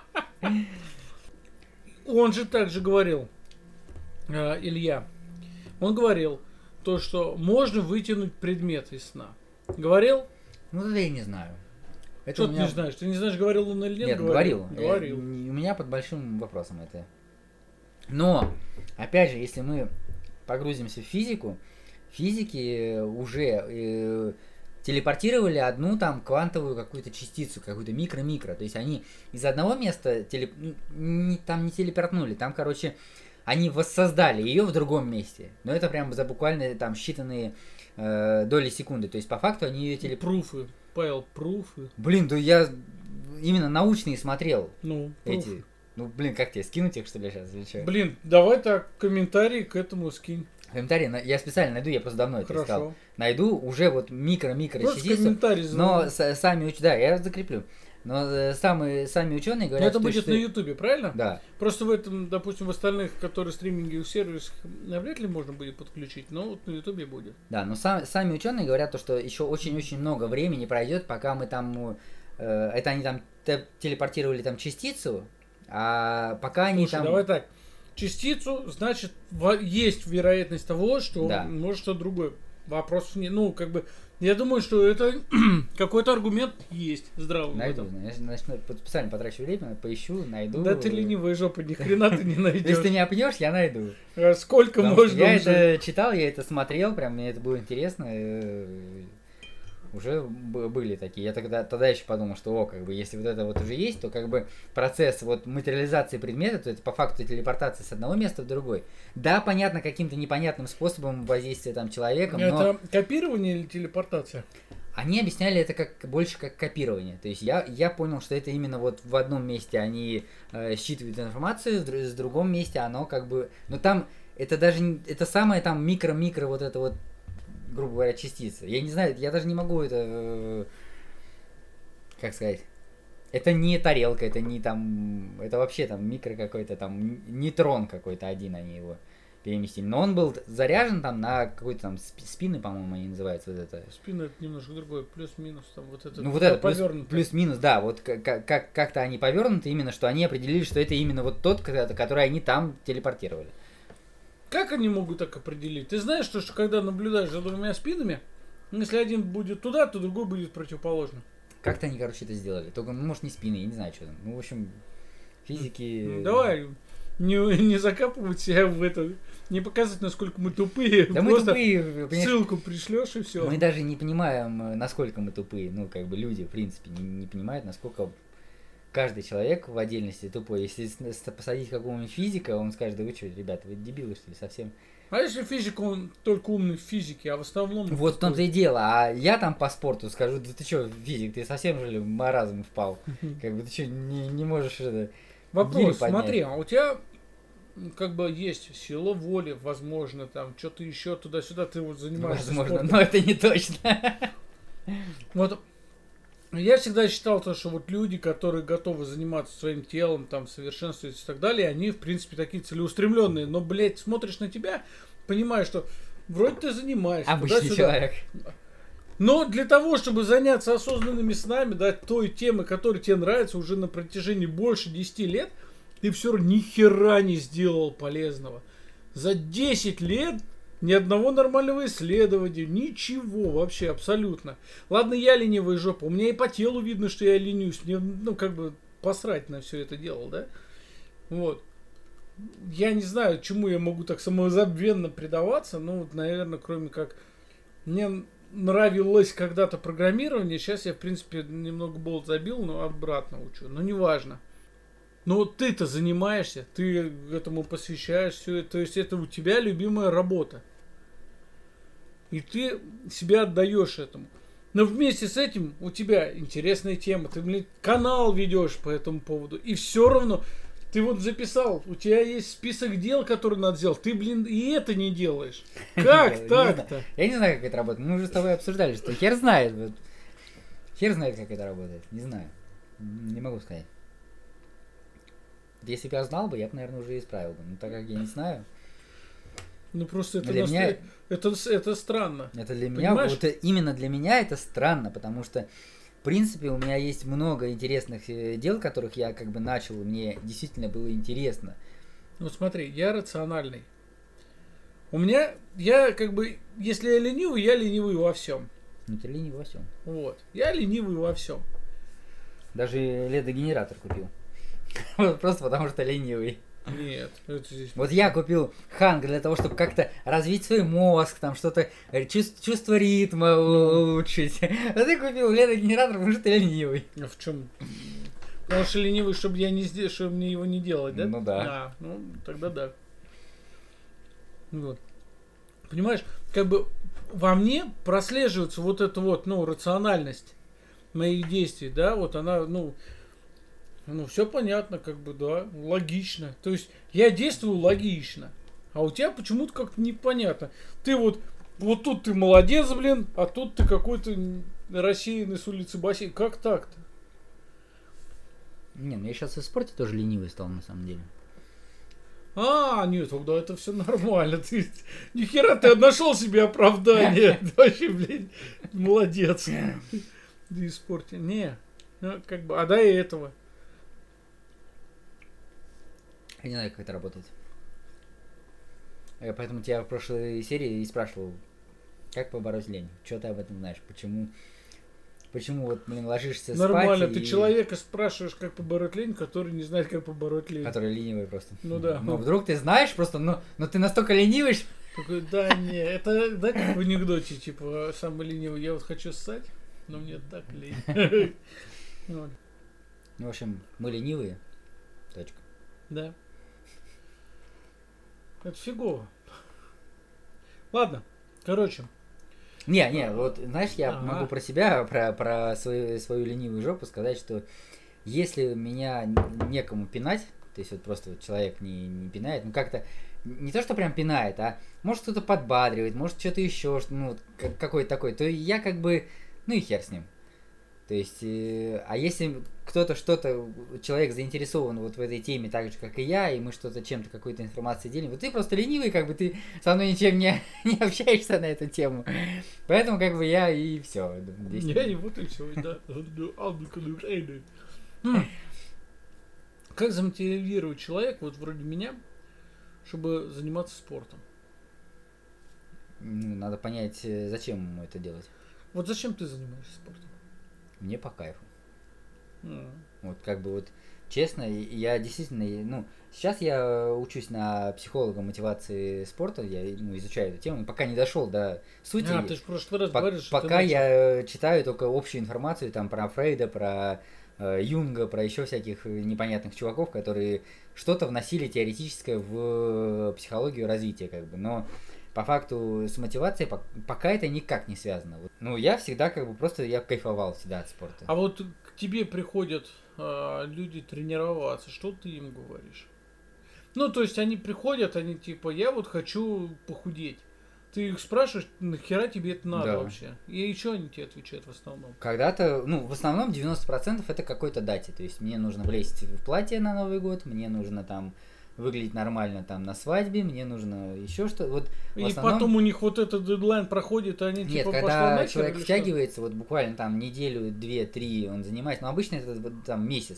Он же также говорил, Илья, он говорил, то, что можно вытянуть предмет из сна. Говорил? Ну, тогда я не знаю. Что ты не знаешь? Ты не знаешь, говорил он или нет? Нет, говорил. Говорил. У меня под большим вопросом это. Но, опять же, если мы погрузимся в физику, физики уже телепортировали одну там квантовую какую-то частицу, какую-то микро-микро. То есть они из одного места там не телепортнули, там, короче, они воссоздали ее в другом месте. Но это прям за буквально там считанные доли секунды. То есть по факту они ее Пруфы. Павел, пруфы. Блин, да я именно научные смотрел. Ну, эти. пруфы. Ну, блин, как тебе, скинуть их, что ли, сейчас? Или что? Блин, давай так, комментарий к этому скинь. Комментарии, я специально найду, я просто давно это Хорошо. искал. Найду уже вот микро-микро Просто частицу. комментарий Но сами ученые, да, я закреплю. Но сами ученые говорят, но это что будет на Ютубе, правильно? Да. Просто в этом, допустим, в остальных, которые стриминговых сервисах, навряд ли можно будет подключить, но вот на Ютубе будет. Да, но сами ученые говорят, то, что еще очень-очень много времени пройдет, пока мы там, это они там телепортировали там частицу, а пока они Слушай, там... давай так, частицу, значит, есть вероятность того, что Да. может что-то другое. Вопросов нет. Ну, как бы, я думаю, что это какой-то аргумент есть здравый. Найду, значит, специально потрачу время, поищу, найду. Да ты ленивая жопа, ни хрена ты не найдешь. Если ты меня пнешь, я найду. А сколько Потому можно что я уже? это читал, я это смотрел, прям мне это было интересно. Уже были такие. Я тогда еще подумал, что как бы если вот это вот уже есть, то как бы процесс вот материализации предмета, то это по факту телепортация с одного места в другой. Да, понятно, каким-то непонятным способом воздействия там человеком, но... Это копирование или телепортация? Они объясняли это больше как копирование. То есть я понял, что это именно вот в одном месте они считывают информацию, в другом месте оно как бы... Но там это даже... Это самое там микро-микро вот это вот, грубо говоря, частица. Я не знаю, я даже не могу это... Как сказать? Это не тарелка, это не там... Это вообще там микро какой-то там... Нейтрон какой-то один, они его переместили. Но он был заряжен там на какой-то там спины, по-моему, они называются вот это. Спина это немножко другое, плюс-минус там вот это. Ну вот это повернуто. плюс-минус, да, вот как-то они повернуты именно, что они определили, что это именно вот тот, который они там телепортировали. Как они могут так определить? Ты знаешь, что когда наблюдаешь за двумя спинами, если один будет туда, то другой будет противоположно. Как-то они, короче, это сделали. Только, может, не спины, я не знаю, что там. Ну, в общем, физики... Давай, не закапывать себя в это, не показывать, насколько мы тупые. Да мы тупые, ссылку пришлешь и все. Мы даже не понимаем, насколько мы тупые. Ну, как бы люди, в принципе, не понимают, насколько каждый человек в отдельности тупой. Если посадить какого-нибудь физика, он скажет: да вы что, ребята, вы дебилы, что ли, совсем? А если физик, он только умный в физике, а в основном... Вот в том-то и дело. А я там по спорту скажу: да ты что, физик, ты совсем же в маразм впал? Как бы ты что, не можешь это... Вопрос, смотри, а у тебя как бы есть сила воли, возможно, там что-то еще туда-сюда, ты вот занимаешься возможно, спортом. но это не точно. Вот я всегда считал то, что вот люди, которые готовы заниматься своим телом, там, совершенствовать и так далее, они, в принципе, такие целеустремленные. Но, блядь, смотришь на тебя, понимаешь, что вроде ты занимаешься. Обычный человек. Но для того, чтобы заняться осознанными снами, да, той темы, которая тебе нравится уже на протяжении больше 10 лет, ты все равно ни хера не сделал полезного. За 10 лет Ни одного нормального исследования, ничего вообще, абсолютно. Ладно, я ленивая жопа, у меня и по телу видно, что я ленюсь. Мне, ну, как бы посрать на все это дело, да? Вот. Я не знаю, чему я могу так самозабвенно предаваться, ну, вот, наверное, кроме как... Мне нравилось когда-то программирование, сейчас я, в принципе, немного болт забил, но обратно учу, но неважно. Но вот ты-то занимаешься, ты этому посвящаешь все это, то есть это у тебя любимая работа. И ты себя отдаешь этому. Но вместе с этим у тебя интересная тема, ты, блин, канал ведешь по этому поводу, и все равно... Ты вот записал, у тебя есть список дел, которые надо сделать. Ты, блин, и это не делаешь. Как так-то? Я не знаю, как это работает. Мы уже с тобой обсуждали, что хер знает. Хер знает, как это работает. Не знаю. Не могу сказать. Если бы я знал бы, я бы, наверное, уже исправил бы. Но так как я не знаю... Ну просто это, для меня... это странно. Это для меня, вот именно для меня это странно, потому что в принципе, у меня есть много интересных дел, которых я как бы начал, и мне действительно было интересно. Ну смотри, я рациональный. У меня, я как бы, если я ленивый во всем. Ну ты ленивый во всем. Вот, я ленивый во всем. Даже ледогенератор купил. Просто потому что ленивый. Нет, это здесь... Вот я купил Ханг для того, чтобы как-то развить свой мозг, там что-то, чувство ритма улучшить. А ты купил ледогенератор, потому что ты ленивый. А в чем? Потому что ленивый, чтобы мне его не делать, да? Ну да. А, ну тогда да. Вот. Понимаешь, как бы во мне прослеживается вот эта вот, ну, рациональность моих действий, да, вот она, ну, все понятно, как бы, да, логично. То есть я действую логично, а у тебя почему-то как-то непонятно. Ты вот тут ты молодец, блин, а тут ты какой-то рассеянный с улицы бассейн. Как так-то? Не, ну я сейчас и в спорте тоже ленивый стал, на самом деле. А, нет, тогда это все нормально. Ты нихера ты нашел себе оправдание. Вообще, блин, молодец. Да и в спорте. Не, как бы, а до этого. Я не знаю, как это работает. Я поэтому тебя в прошлой серии и спрашивал, как побороть лень? Что ты об этом знаешь? Почему вот, блин, ложишься спать? Нормально, ты человека спрашиваешь, как побороть лень, который не знает, как побороть лень. Который ленивый просто. Ну да. Но вдруг ты знаешь просто, но ты настолько ленивый. Такой, да, не, это, да, как в анекдоте, типа, самый ленивый, я вот хочу ссать, но мне так лень. Ну, в общем, мы ленивые. Точка. Да. Это фигово. Ладно, короче. Не, вот, знаешь, я могу про себя, про свою ленивую жопу сказать, что если меня некому пинать, то есть вот просто вот человек не пинает, ну как-то, не то, что прям пинает, а может кто-то подбадривает, может что-то еще, ну вот какой-то такой, то я как бы, ну и хер с ним. То есть, а если кто-то что-то, человек заинтересован вот в этой теме так же, как и я, и мы что-то чем-то, какой-то информацией делим, вот ты просто ленивый, как бы ты со мной ничем не общаешься на эту тему. Поэтому как бы я и все. Я и вот и все, да. Как замотивировать человека, вот вроде меня, чтобы заниматься спортом? Ну, надо понять, зачем ему это делать. Вот зачем ты занимаешься спортом? Мне по кайфу. Вот как бы вот честно, я действительно, ну, сейчас я учусь на психолога мотивации спорта, я изучаю эту тему, пока не дошел до сути. Ты же в прошлый раз говоришь, пока я читаю только общую информацию там про Фрейда, про Юнга, про еще всяких непонятных чуваков, которые что-то вносили теоретическое в психологию развития, как бы, но по факту с мотивацией пока это никак не связано. Ну, я всегда как бы просто я кайфовал всегда от спорта. А вот к тебе приходят люди тренироваться, что ты им говоришь? Ну, то есть они приходят, они типа, я вот хочу похудеть. Ты их спрашиваешь, нахера тебе это надо вообще? И что они тебе отвечают в основном? Когда-то, ну, в основном 90% это какой-то дате. То есть мне нужно влезть в платье на Новый год, мне нужно там выглядеть нормально там на свадьбе, мне нужно еще что-то. Вот, и основном... потом у них вот этот дедлайн проходит, и они Нет, типа когда человек втягивается, вот буквально там неделю, 2-3 он занимается, но обычно это там месяц.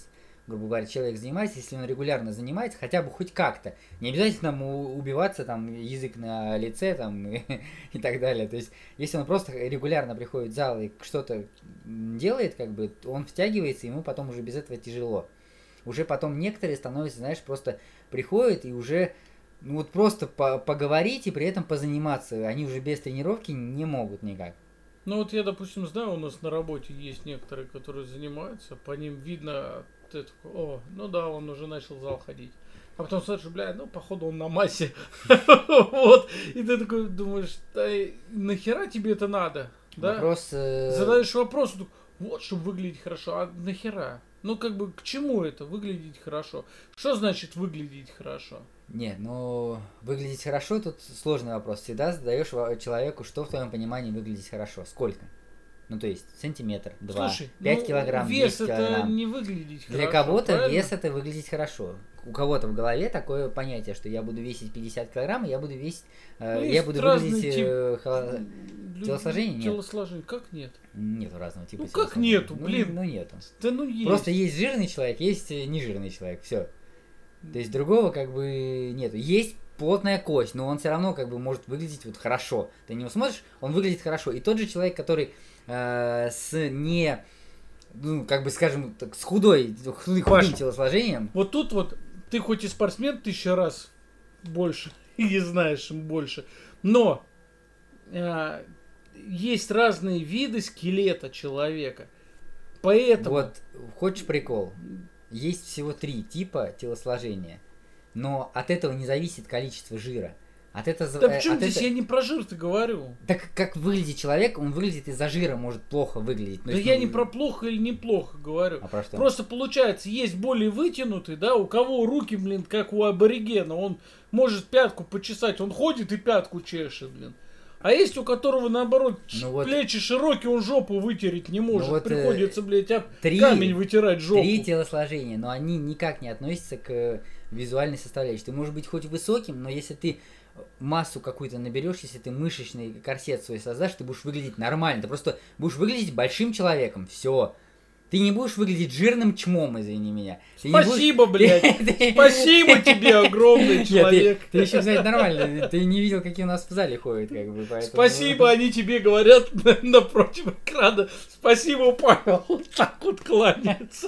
грубо говоря, человек занимается, если он регулярно занимается, хотя бы хоть как-то, не обязательно там убиваться, там, язык на лице, там, и так далее. То есть, если он просто регулярно приходит в зал и что-то делает, как бы, он втягивается, ему потом уже без этого тяжело. Уже потом некоторые становятся, знаешь, просто приходят и уже, ну вот просто поговорить и при этом позаниматься. Они уже без тренировки не могут никак. Ну вот я, допустим, знаю, у нас на работе есть некоторые, которые занимаются, по ним видно, ты такой, о, ну да, он уже начал в зал ходить. А потом смотришь, бля, ну походу он на массе. Вот. И ты такой думаешь, да нахера тебе это надо? Вопрос... Задаешь вопрос, вот, чтобы выглядеть хорошо, а нахера? Ну, как бы, к чему это, выглядеть хорошо? Что значит выглядеть хорошо? Нет, ну, выглядеть хорошо, тут сложный вопрос. Всегда задаешь человеку, что в твоем понимании выглядеть хорошо. Сколько? Ну, то есть, сантиметр, 2, Слушай, 5 килограмм, вес 10 это килограмм. не выглядеть хорошо. Для кого-то правильно? вес это выглядеть хорошо. У кого-то в голове такое понятие, что я буду весить 50 килограмм, и я буду весить, я буду выглядеть телосложение? Нет. Телосложение, как нет? Нету разного типа Ну как телосложения. нету, блин? Ну нету. Да ну есть. Просто есть жирный человек, есть нежирный человек, все. То есть другого как бы нету. Есть плотная кость, но он все равно как бы может выглядеть вот хорошо. Ты на него смотришь, он выглядит хорошо. И тот же человек, который с не, ну как бы скажем так, с худым телосложением. Вот тут вот ты хоть и спортсмен 1000 раз больше и знаешь больше, но есть разные виды скелета человека. Поэтому... Вот, хочешь прикол? Есть всего 3 типа телосложения, но от этого не зависит количество жира. От этого, да почему здесь я не про жир-то говорю? Так как выглядит человек, он выглядит из-за жира, может плохо выглядеть. Да я не про плохо или неплохо говорю. А про что? Просто получается, есть более вытянутый, да, у кого руки, блин, как у аборигена, он может пятку почесать, он ходит и пятку чешет, блин. А есть у которого, наоборот, плечи широкие, он жопу вытереть не может. Вот, приходится, блядь, камень вытирать жопу. 3 телосложения, но они никак не относятся к визуальной составляющей. Ты можешь быть хоть высоким, но если ты массу какую-то наберешь, если ты мышечный корсет свой создашь, ты будешь выглядеть нормально. Ты просто будешь выглядеть большим человеком. Все. Ты не будешь выглядеть жирным чмом, извини меня. Спасибо, блядь. Спасибо тебе, огромный человек. Ты еще, знаешь, нормально. Ты не видел, какие у нас в зале ходят, как бы. Спасибо, они тебе говорят напротив экрана. Спасибо, Павел. Вот так вот кланяется.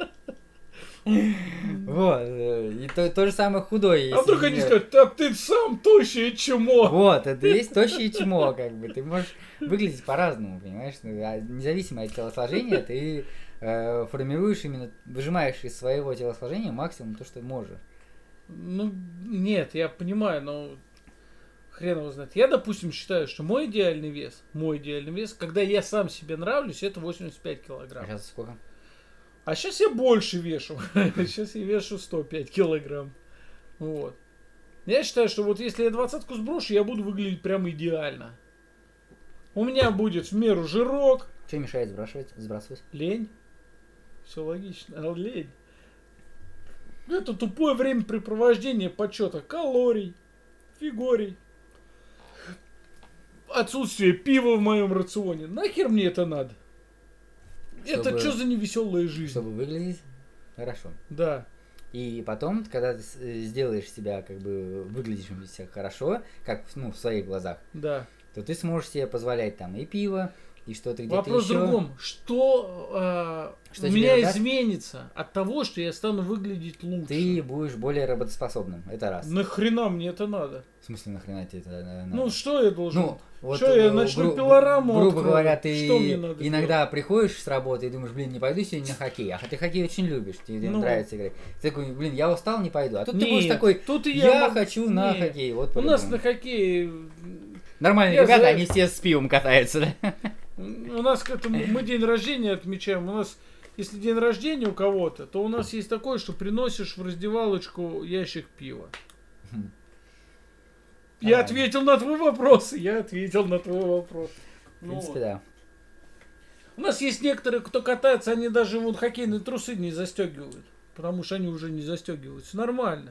Вот. И то же самое худой. А вдруг они скажут, да ты сам тощее чмо. Вот, это есть тощее чмо, как бы. Ты можешь выглядеть по-разному, понимаешь? Независимо от телосложения, ты формируешь именно, выжимаешь из своего телосложения максимум то, что можешь. Ну, нет, я понимаю, но хрен его знает. Я, допустим, считаю, что мой идеальный вес, когда я сам себе нравлюсь, это 85 килограмм. А сейчас сколько? А сейчас я больше вешу. Сейчас я вешу 105 килограмм. Вот. Я считаю, что вот если я 20-ку сброшу, я буду выглядеть прям идеально. У меня будет в меру жирок. Что мешает сбрасывать? Лень. Все логично. Лень. Это тупое времяпрепровождение подсчета калорий, фигурий. Отсутствие пива в моем рационе. Нахер мне это надо? Это что за невеселая жизнь? Чтобы выглядеть хорошо. Да. И потом, когда ты сделаешь себя, как бы, выглядишь себя хорошо, как, ну, в своих глазах, да, то ты сможешь себе позволять там и пиво, и что-то где-то Вопрос еще. в другом. Что у меня изменится от того, что я стану выглядеть лучше? Ты будешь более работоспособным. Это раз. Нахрена мне это надо? В смысле, нахрена тебе это надо? Ну, что я должен? Ну, вот, что я начну пилораму грубо открою? говоря, ты что мне надо иногда делать? приходишь с работы и думаешь, блин, не пойду сегодня на хоккей. А ты хоккей очень любишь, тебе нравится играть. Ты такой, блин, я устал, не пойду. А тут ты будешь такой, тут я хочу на хоккей. Вот у нас на хоккее... Нормальные ребята, они все с пивом катаются, да? У нас к этому, мы день рождения отмечаем, у нас, если день рождения у кого-то, то у нас есть такое, что приносишь в раздевалочку ящик пива. Я ответил на твой вопрос, В принципе, да. У нас есть некоторые, кто катается, они даже вот хоккейные трусы не застегивают, потому что они уже не застегиваются. Нормально.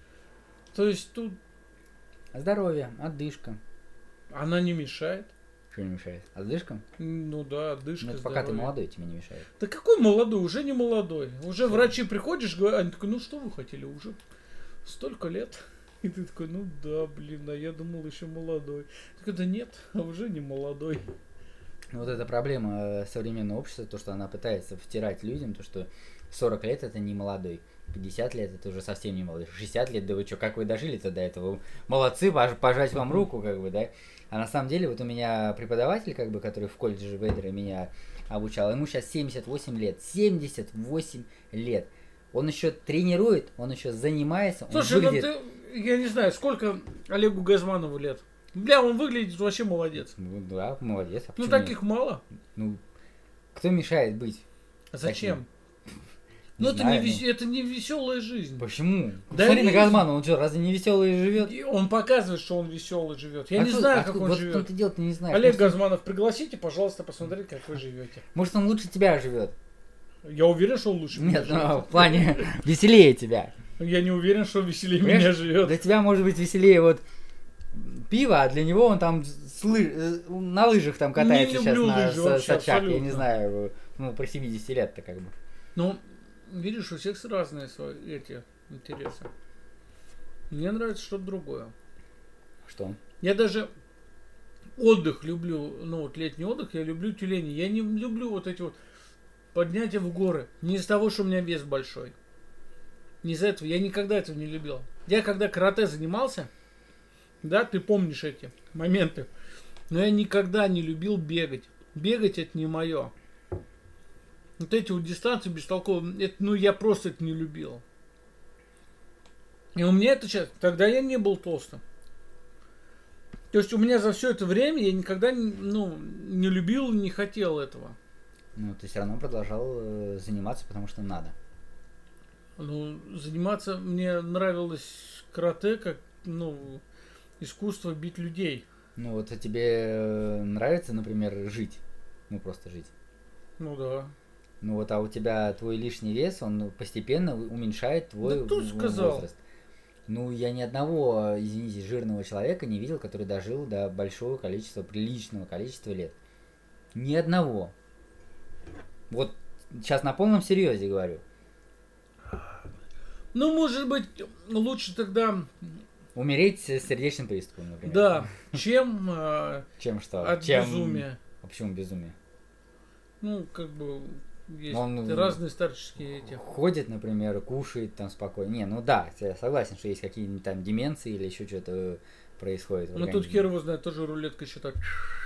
То есть тут... Здоровье, отдышка. Она не мешает. Что не мешает? Одышкам? Ну да, одышка, Ну, это пока ты молодой, тебе не мешает. Да какой молодой? Уже не молодой. Уже врачи приходишь, говорят, они такой, ну что вы хотели, уже столько лет. И ты такой, ну да, блин, а я думал еще молодой. Так да нет, а уже не молодой. Вот эта проблема современного общества, то, что она пытается втирать людям, то, что 40 лет это не молодой, 50 лет это уже совсем не молодой, 60 лет, да вы что, как вы дожили-то до этого? Молодцы, пожать вам руку, как бы, да? А на самом деле, вот у меня преподаватель, как бы, который в колледже Вейдера меня обучал, ему сейчас 78 лет, 78 лет. Он еще тренирует, он еще занимается, он Слушай, выглядит... ну ты, я не знаю, сколько Олегу Газманову лет? Бля, он выглядит вообще молодец. Ну, да, молодец. А Ну почему таких нет? мало. Ну, кто мешает быть? А зачем? Не Ну это знаю, это не веселая жизнь. Почему? Да Смотри на не- Газманова, он что, разве не веселый живет? И он показывает, что он веселый живет. Я А не кто- знаю, а как кто- он вот живет. в том-то дело, ты не знаешь. Олег Может, Газманов, пригласите, пожалуйста, посмотреть, как вы живете. может, он лучше тебя живет? Я уверен, что он лучше меня Нет, ну, живет. в плане веселее тебя. Я не уверен, что он веселее Понимаешь, меня живет. Для тебя может быть веселее вот пиво, а для него он там на лыжах там катается Не сейчас люблю на лыжи вообще, Сачак, я не абсолютно. знаю, ну, про 70 лет-то как бы. Ну, видишь, у всех разные свои эти интересы. Мне нравится что-то другое. Что? Я даже отдых люблю, ну вот летний отдых, я люблю тюлени. Я не люблю вот эти вот поднятия в горы. Не из-за того, что у меня вес большой. Не из-за этого. Я никогда этого не любил. Я когда карате занимался, да, ты помнишь эти моменты, но я никогда не любил бегать. Бегать это не мое. Вот эти вот дистанции бестолковые, это, ну я просто это не любил. И у меня это сейчас, тогда я не был толстым. То есть у меня за все это время я никогда не любил, не хотел этого. Ну, ты все равно продолжал заниматься, потому что надо. Ну, заниматься мне нравилось карате, как, искусство бить людей. Ну, вот тебе нравится, например, жить? Ну, просто жить. Ну да. Ну вот, а у тебя твой лишний вес, он постепенно уменьшает твой Да кто сказал? возраст. Ну, я ни одного, извините, жирного человека не видел, который дожил до большого количества, приличного количества лет. Ни одного. Вот сейчас на полном серьезе говорю. Ну, может быть, лучше тогда, Умереть с сердечным приступом, например. да, чем Чем что? от Чем... безумия. А почему безумие? Ну, как бы, есть Он разные старческие эти. ходит, например, кушает там спокойно. Не, ну да, я согласен, что есть какие-нибудь там деменции или еще что-то происходит. в Ну, тут организме. хер его знает, тоже рулетка еще так.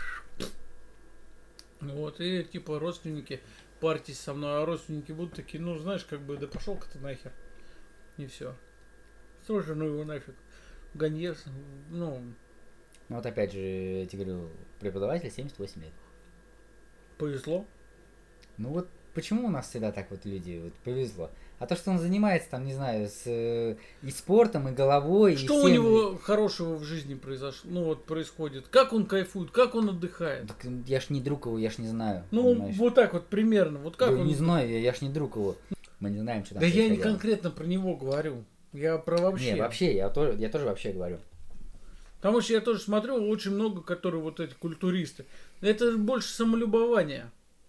Вот, и типа родственники парьтесь со мной, а родственники будут такие, ну, знаешь, как бы, да пошел-ка ты нахер. И все. Тоже, ну его нафиг. Ганьес, ну, Ну вот опять же, я тебе говорю, преподаватель 78 лет. повезло. Ну вот почему у нас всегда так вот люди, вот повезло. А то, что он занимается там, не знаю, и спортом, и головой, и Что у всем- него хорошего в жизни произошло, ну вот происходит? Как он кайфует, как он отдыхает? Так я ж не друг его, я ж не знаю. Ну, понимаешь? вот так вот примерно. Вот как Я он... не знаю, я ж не друг его. Мы не знаем, что там Да я не происходило. конкретно про него говорю. Я про вообще. Не, вообще, я тоже вообще говорю. Потому что я тоже смотрю очень много, которые вот эти культуристы. Это же больше самолюбование.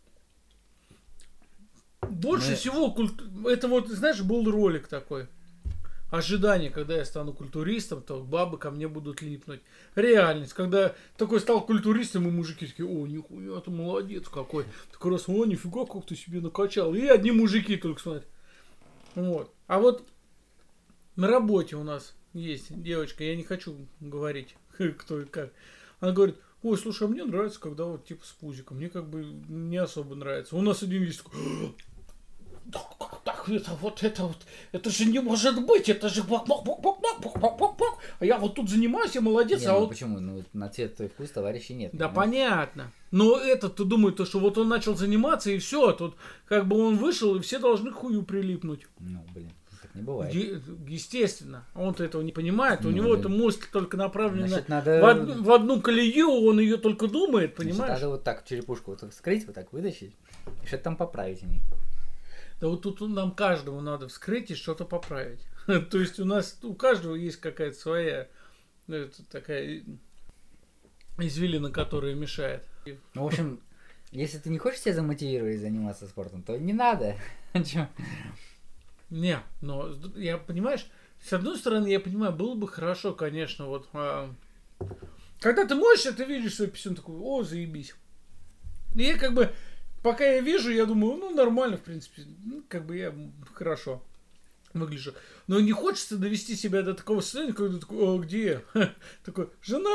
Больше Мы- всего это вот, знаешь, был ролик такой. Ожидание, когда я стану культуристом, то бабы ко мне будут липнуть. Реальность, когда такой стал культуристом, и мужики такие, о, нихуя, ты молодец какой. Такой раз, о, нифига, как ты себе накачал. И одни мужики только смотрят. Вот. А вот на работе у нас есть девочка, я не хочу говорить, кто и как. Она говорит, ой, слушай, а мне нравится, когда вот типа с пузиком. Мне как бы не особо нравится. У нас один есть такой, так, это же не может быть, это же бак-бак-бак-бак-бак-бак-бак-бак. А я вот тут занимаюсь, я молодец, Не, а ну вот... почему? Ну на цвет и вкус товарищей нет. Да, понимаешь? понятно. Но этот-то думает, что вот он начал заниматься, и все, тут как бы он вышел, и все должны к хую прилипнуть. Ну, блин, так не бывает. Естественно. Он-то этого не понимает. У Ну, него блин. эта мысль только направлена Значит, надо... в одну колею, он ее только думает, Значит, понимаешь? надо вот так черепушку вот так вскрыть, вот так вытащить, и что-то там поправить в ней. Да вот тут нам каждому надо вскрыть и что-то поправить. То есть у каждого есть какая-то своя такая извилина, которая мешает. Ну, в общем, если ты не хочешь себя замотивировать заниматься спортом, то не надо. Не, но я, понимаешь, с одной стороны, я понимаю, было бы хорошо, конечно, вот когда ты моешься, ты видишь свой писюн, такой, о, заебись. И я как бы, пока я вижу, я думаю, ну, нормально, в принципе, ну, как бы я хорошо выгляжу. Но не хочется довести себя до такого состояния, когда ты такой, о, где? Такой,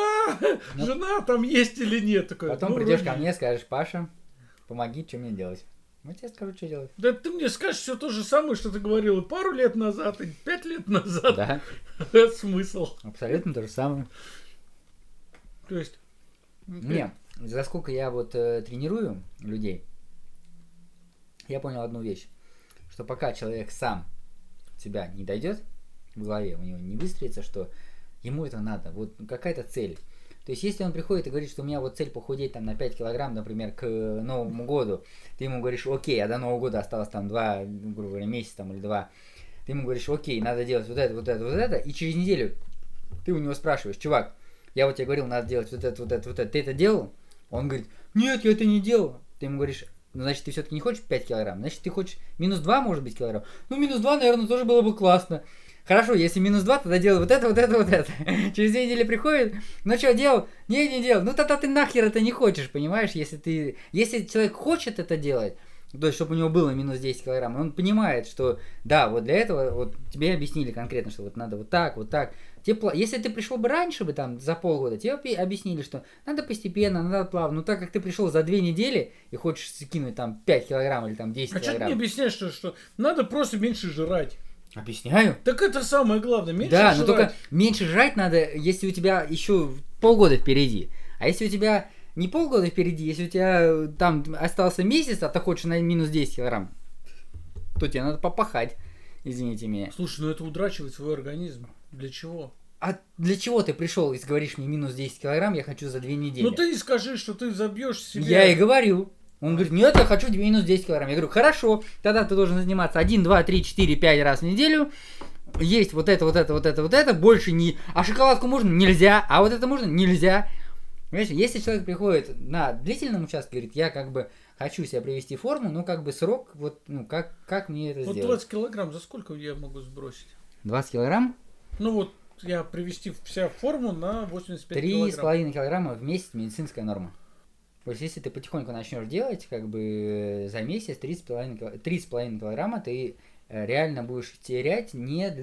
жена там есть или нет? Такой, потом придешь ко мне, скажешь, Паша, помоги, что мне делать. Я тебе скажу, что делать. Да ты мне скажешь все то же самое, что ты говорил и пару лет назад, и 5 лет назад. Да. Смысл. Абсолютно то же самое. То есть... Не, за сколько я вот тренирую людей, я понял одну вещь, что пока человек сам себя не дойдет в голове, у него не выстроится, что ему это надо, вот какая-то цель. То есть, если он приходит и говорит, что у меня вот цель похудеть там на 5 килограмм, например, к Новому году, ты ему говоришь, окей, а до Нового года осталось там 2, грубо говоря, месяца там или 2, ты ему говоришь, окей, надо делать вот это, вот это, вот это, и через неделю ты у него спрашиваешь, чувак, я вот тебе говорил, надо делать вот это, вот это, вот это, ты это делал? Он говорит, нет, я это не делал. Ты ему говоришь, ну, значит, ты все-таки не хочешь 5 килограмм, значит, ты хочешь минус 2, может быть, килограмм. Ну, минус 2, наверное, тоже было бы классно. Хорошо, если минус 2, тогда делай вот это, вот это, вот это. Через 2 недели приходит, ну что, делал? Не делал. Ну тогда ты нахер это не хочешь, понимаешь? Если человек хочет это делать, то есть, чтобы у него было минус 10 килограмм, он понимает, что да, вот для этого вот тебе объяснили конкретно, что вот надо вот так, вот так. Если ты пришел бы раньше бы, там, за полгода, тебе объяснили, что надо постепенно, надо плавно. Но так как ты пришел за 2 недели и хочешь скинуть там 5 килограмм или там 10 килограмм. А что ты мне объясняешь, что надо просто меньше жрать? Объясняю. Так это самое главное, меньше жрать. Да, жрать. но только меньше жрать надо, если у тебя еще полгода впереди. А если у тебя не полгода впереди, если у тебя там остался месяц, а ты хочешь на минус 10 килограмм, то тебе надо попахать, извините меня. Слушай, ну это удрачивает свой организм. Для чего? А для чего ты пришел и говоришь мне минус 10 килограмм, я хочу за 2 недели? Ну ты не скажи, что ты забьешь себя. Я и говорю. Он говорит, нет, я хочу минус 10 килограмм. Я говорю, хорошо, тогда ты должен заниматься 1, 2, 3, 4, 5 раз в неделю. Есть вот это, вот это, вот это, вот это. Больше не... А шоколадку можно? Нельзя. А вот это можно? Нельзя. Понимаешь, если человек приходит на длительном участке, говорит, я как бы хочу себя привести в форму, но как бы срок, вот, ну, как мне это вот сделать? 20 килограмм за сколько я могу сбросить? 20 килограмм? Ну вот, я привести себя в форму на 85 килограмм. 3,5 килограмма в месяц медицинская норма. То есть, если ты потихоньку начнешь делать, как бы за месяц 3,5 килограмма ты реально будешь терять не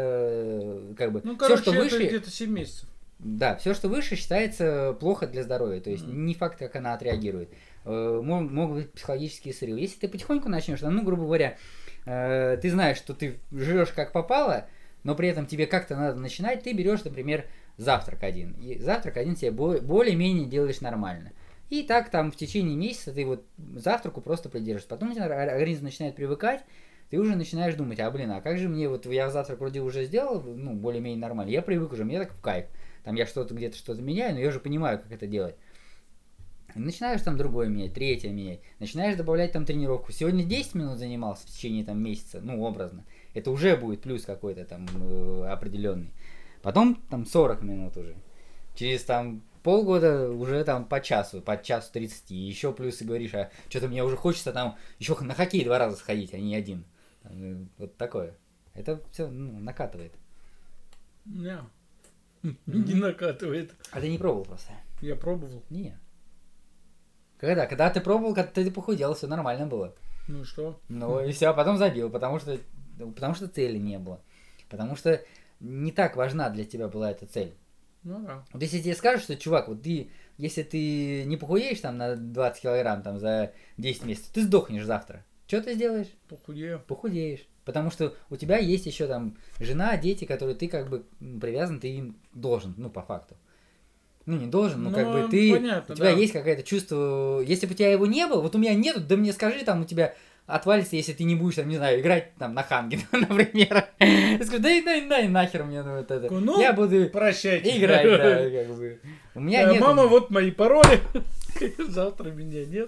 для, как бы, ну, короче, все, что выше, это где-то 7 месяцев. Да, все, что выше, считается плохо для здоровья. То есть, не факт, как она отреагирует. Могут быть психологические срывы. Если ты потихоньку начнешь, ну, грубо говоря, ты знаешь, что ты жрешь как попало, но при этом тебе как-то надо начинать, ты берешь, например, завтрак один. И завтрак один тебе более-менее делаешь нормально. И так там в течение месяца ты вот завтраку просто придерживаешься. Потом у тебя организм начинает привыкать, ты уже начинаешь думать, а как же мне, вот я завтрак вроде уже сделал, ну, более-менее нормально, я привык уже, мне так в кайф. Там я где-то что-то меняю, но я уже понимаю, как это делать. И начинаешь там другое менять, третье менять. Начинаешь добавлять там тренировку. Сегодня 10 минут занимался в течение там месяца, ну, образно. Это уже будет плюс какой-то там определенный. Потом там 40 минут уже. Через там полгода уже там по часу 30. И еще плюс и говоришь, а что-то мне уже хочется там еще на хоккей 2 раза сходить, а не один. Вот такое. Это все накатывает. Не накатывает. А ты не пробовал просто? Я пробовал. Не. Когда ты пробовал, когда ты похудел, все нормально было. Ну и что? Ну и все, а потом забил, потому что цели не было. Потому что не так важна для тебя была эта цель. Ну да. Вот если тебе скажут, что, чувак, вот если ты не похудеешь там на 20 килограмм там за 10 месяцев, ты сдохнешь завтра. Что ты сделаешь? Похудею. Похудеешь. Потому что у тебя есть еще там жена, дети, которые ты как бы привязан, ты им должен, ну, по факту. Ну, не должен, но как бы ты, понятно, у тебя да. есть какое-то чувство, если бы у тебя его не было, вот у меня нету, да мне скажи, там у тебя отвалится, если ты не будешь, там, не знаю, играть там на Ханге, например. Я скажу, дай нахер мне вот это. Ну, я буду прощайте. Играть, да, как бы. У меня нет. Мама, вот мои пароли. Завтра меня нет.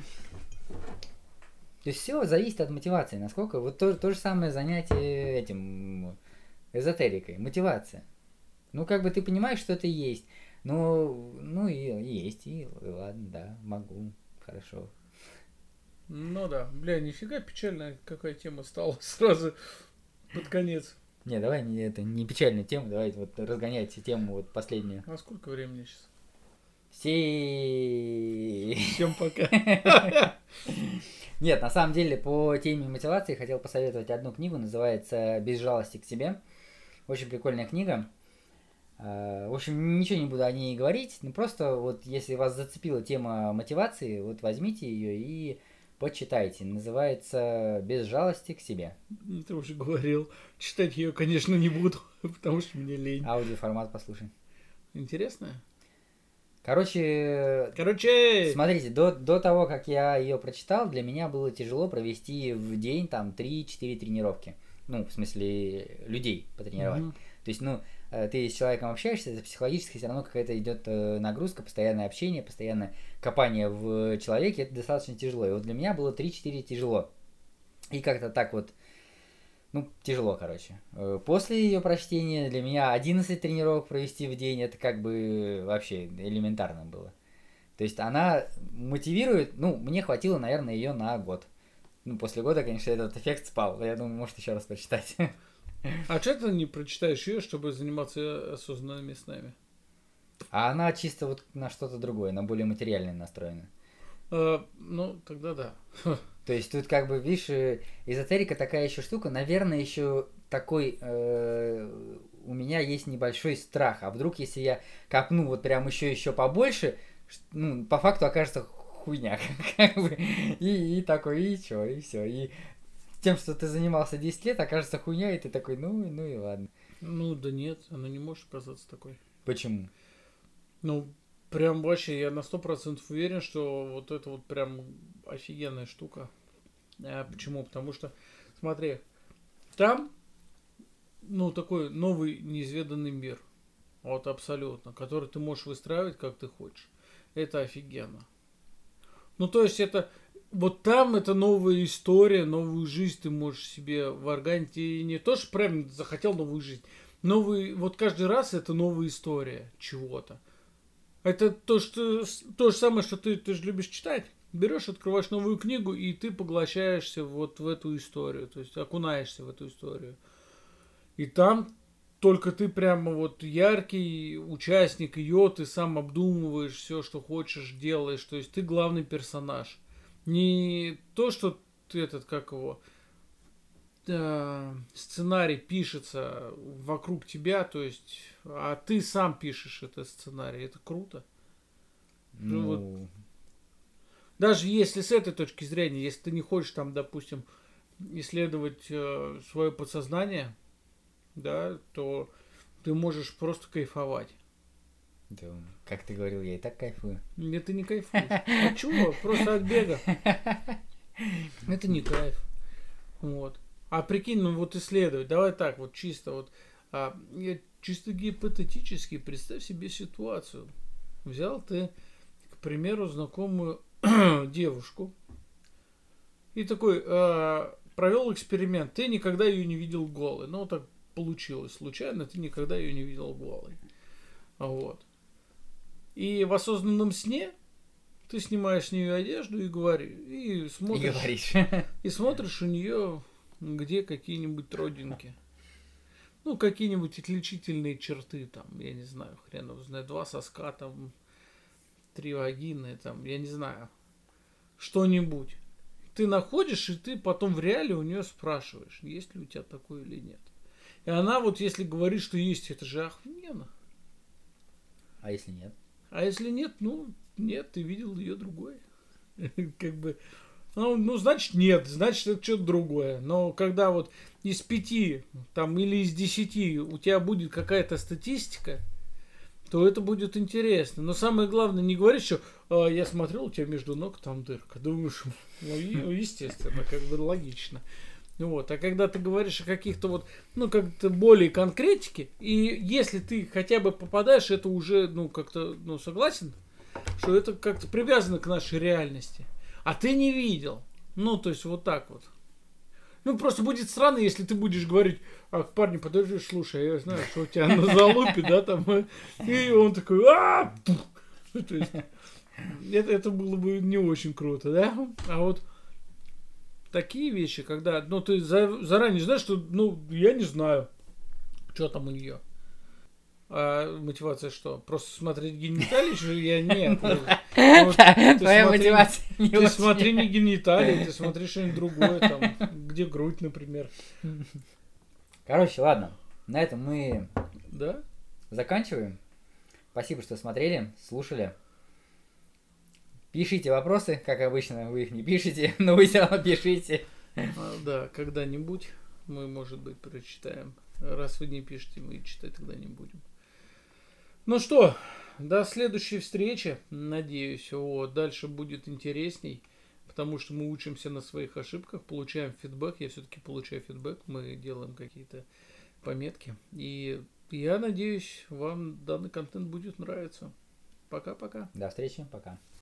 То есть все зависит от мотивации, насколько. Вот то же самое занятие этим эзотерикой, мотивация. Ну, как бы ты понимаешь, что это есть. Ну и есть, и ладно, да, могу, хорошо. Ну да, бля, нифига печальная какая тема стала сразу под конец. Не, давай это не печальная тема, давай вот разгоняйте тему вот последнюю. А сколько времени сейчас? Всем пока. Нет, на самом деле по теме мотивации хотел посоветовать одну книгу, называется «Без жалости к себе». Очень прикольная книга. В общем, ничего не буду о ней говорить, но просто вот если вас зацепила тема мотивации, вот возьмите ее и почитайте. Называется «Без жалости к себе». Ты уже говорил. Читать ее, конечно, не буду, потому что мне лень. Аудиоформат послушай. Интересная? Короче, смотрите, до того, как я ее прочитал, для меня было тяжело провести в день там 3-4 тренировки. Ну, в смысле, людей потренировать. То есть, ты с человеком общаешься, это психологически все равно какая-то идет нагрузка, постоянное общение, постоянное копание в человеке, это достаточно тяжело. И вот для меня было 3-4 тяжело. И как-то так вот, тяжело, короче. После ее прочтения для меня 11 тренировок провести в день, это как бы вообще элементарно было. То есть она мотивирует, мне хватило, наверное, ее на год. После года, конечно, этот эффект спал. Я думаю, может еще раз прочитать. А что ты не прочитаешь ее, чтобы заниматься осознанными снами? А она чисто вот на что-то другое, на более материальное настроена. Тогда да. То есть тут как бы, видишь, эзотерика такая еще штука, наверное, еще такой у меня есть небольшой страх. А вдруг, если я копну вот прям еще побольше, по факту окажется хуйня. Как бы, и такой, и что, и все. И тем, что ты занимался 10 лет, окажется хуйня, и ты такой, ну и ладно. Да нет, она не может оказаться такой. Почему? Прям вообще, я на 100% уверен, что вот это вот прям офигенная штука. Почему? Потому что, смотри, там, такой новый неизведанный мир. Вот абсолютно. Который ты можешь выстраивать, как ты хочешь. Это офигенно. То есть это... Вот там это новая история, новую жизнь ты можешь себе варганить. И не то, что прям захотел новую жизнь. Вот каждый раз это новая история чего-то. Это то же самое, что ты же любишь читать. Берешь, открываешь новую книгу, и ты поглощаешься вот в эту историю. То есть окунаешься в эту историю. И там только ты прямо вот яркий участник ее, ты сам обдумываешь все, что хочешь, делаешь. То есть ты главный персонаж. Не то, что ты сценарий пишется вокруг тебя, то есть, а ты сам пишешь этот сценарий. Это круто. Даже если с этой точки зрения, если ты не хочешь там, допустим, исследовать свое подсознание, да, то ты можешь просто кайфовать. Да, как ты говорил, я и так кайфую. Нет, ты не кайфуешь. А чего? Просто от бега. Это не кайф. Вот. А прикинь, вот исследовать. Давай так, вот чисто чисто гипотетически представь себе ситуацию. Взял ты, к примеру, знакомую девушку и такой провел эксперимент. Ты никогда ее не видел голой. Так получилось случайно, ты никогда ее не видел голой. Вот. И в осознанном сне ты снимаешь с нее одежду и смотришь. И смотришь у нее, где какие-нибудь родинки. Какие-нибудь отличительные черты, там, я не знаю, хрен его знает, 2 соска, там, 3 вагины, там, я не знаю, что-нибудь. Ты находишь, и ты потом в реале у нее спрашиваешь, есть ли у тебя такое или нет. И она вот, если говорит, что есть, это же охуенно. А если нет? А если нет, нет, ты видел ее другое. Как бы, значит нет, значит это что-то другое. Но когда вот из 5 там, или из 10 у тебя будет какая-то статистика, то это будет интересно. Но самое главное, не говорить, что я смотрел, у тебя между ног там дырка. Думаешь, естественно, как бы логично. Вот. А когда ты говоришь о каких-то вот, как-то более конкретике, и если ты хотя бы попадаешь, это уже, как-то, согласен, что это как-то привязано к нашей реальности. А ты не видел. То есть вот так вот. Ну, просто будет странно, если ты будешь говорить, ах, парни, подожди, слушай, я знаю, что у тебя на залупе, да, там, и он такой, то есть, это было бы не очень круто, да? А вот такие вещи, когда, ну, ты заранее знаешь, что, ну, я не знаю, что там у нее. А мотивация что? Просто смотреть гениталии, что я нет. Твоя мотивация не Ты смотри не гениталии, ты смотри что-нибудь другое, там, где грудь, например. Короче, ладно. На этом мы Да? заканчиваем. Спасибо, что смотрели, слушали. Пишите вопросы, как обычно, вы их не пишете, но вы все равно пишите. Да, когда-нибудь мы, может быть, прочитаем. Раз вы не пишете, мы читать тогда не будем. Ну что, до следующей встречи, надеюсь. Вот, дальше будет интересней, потому что мы учимся на своих ошибках, получаем фидбэк. Я все-таки получаю фидбэк, мы делаем какие-то пометки. И я надеюсь, вам данный контент будет нравиться. Пока-пока. До встречи, пока.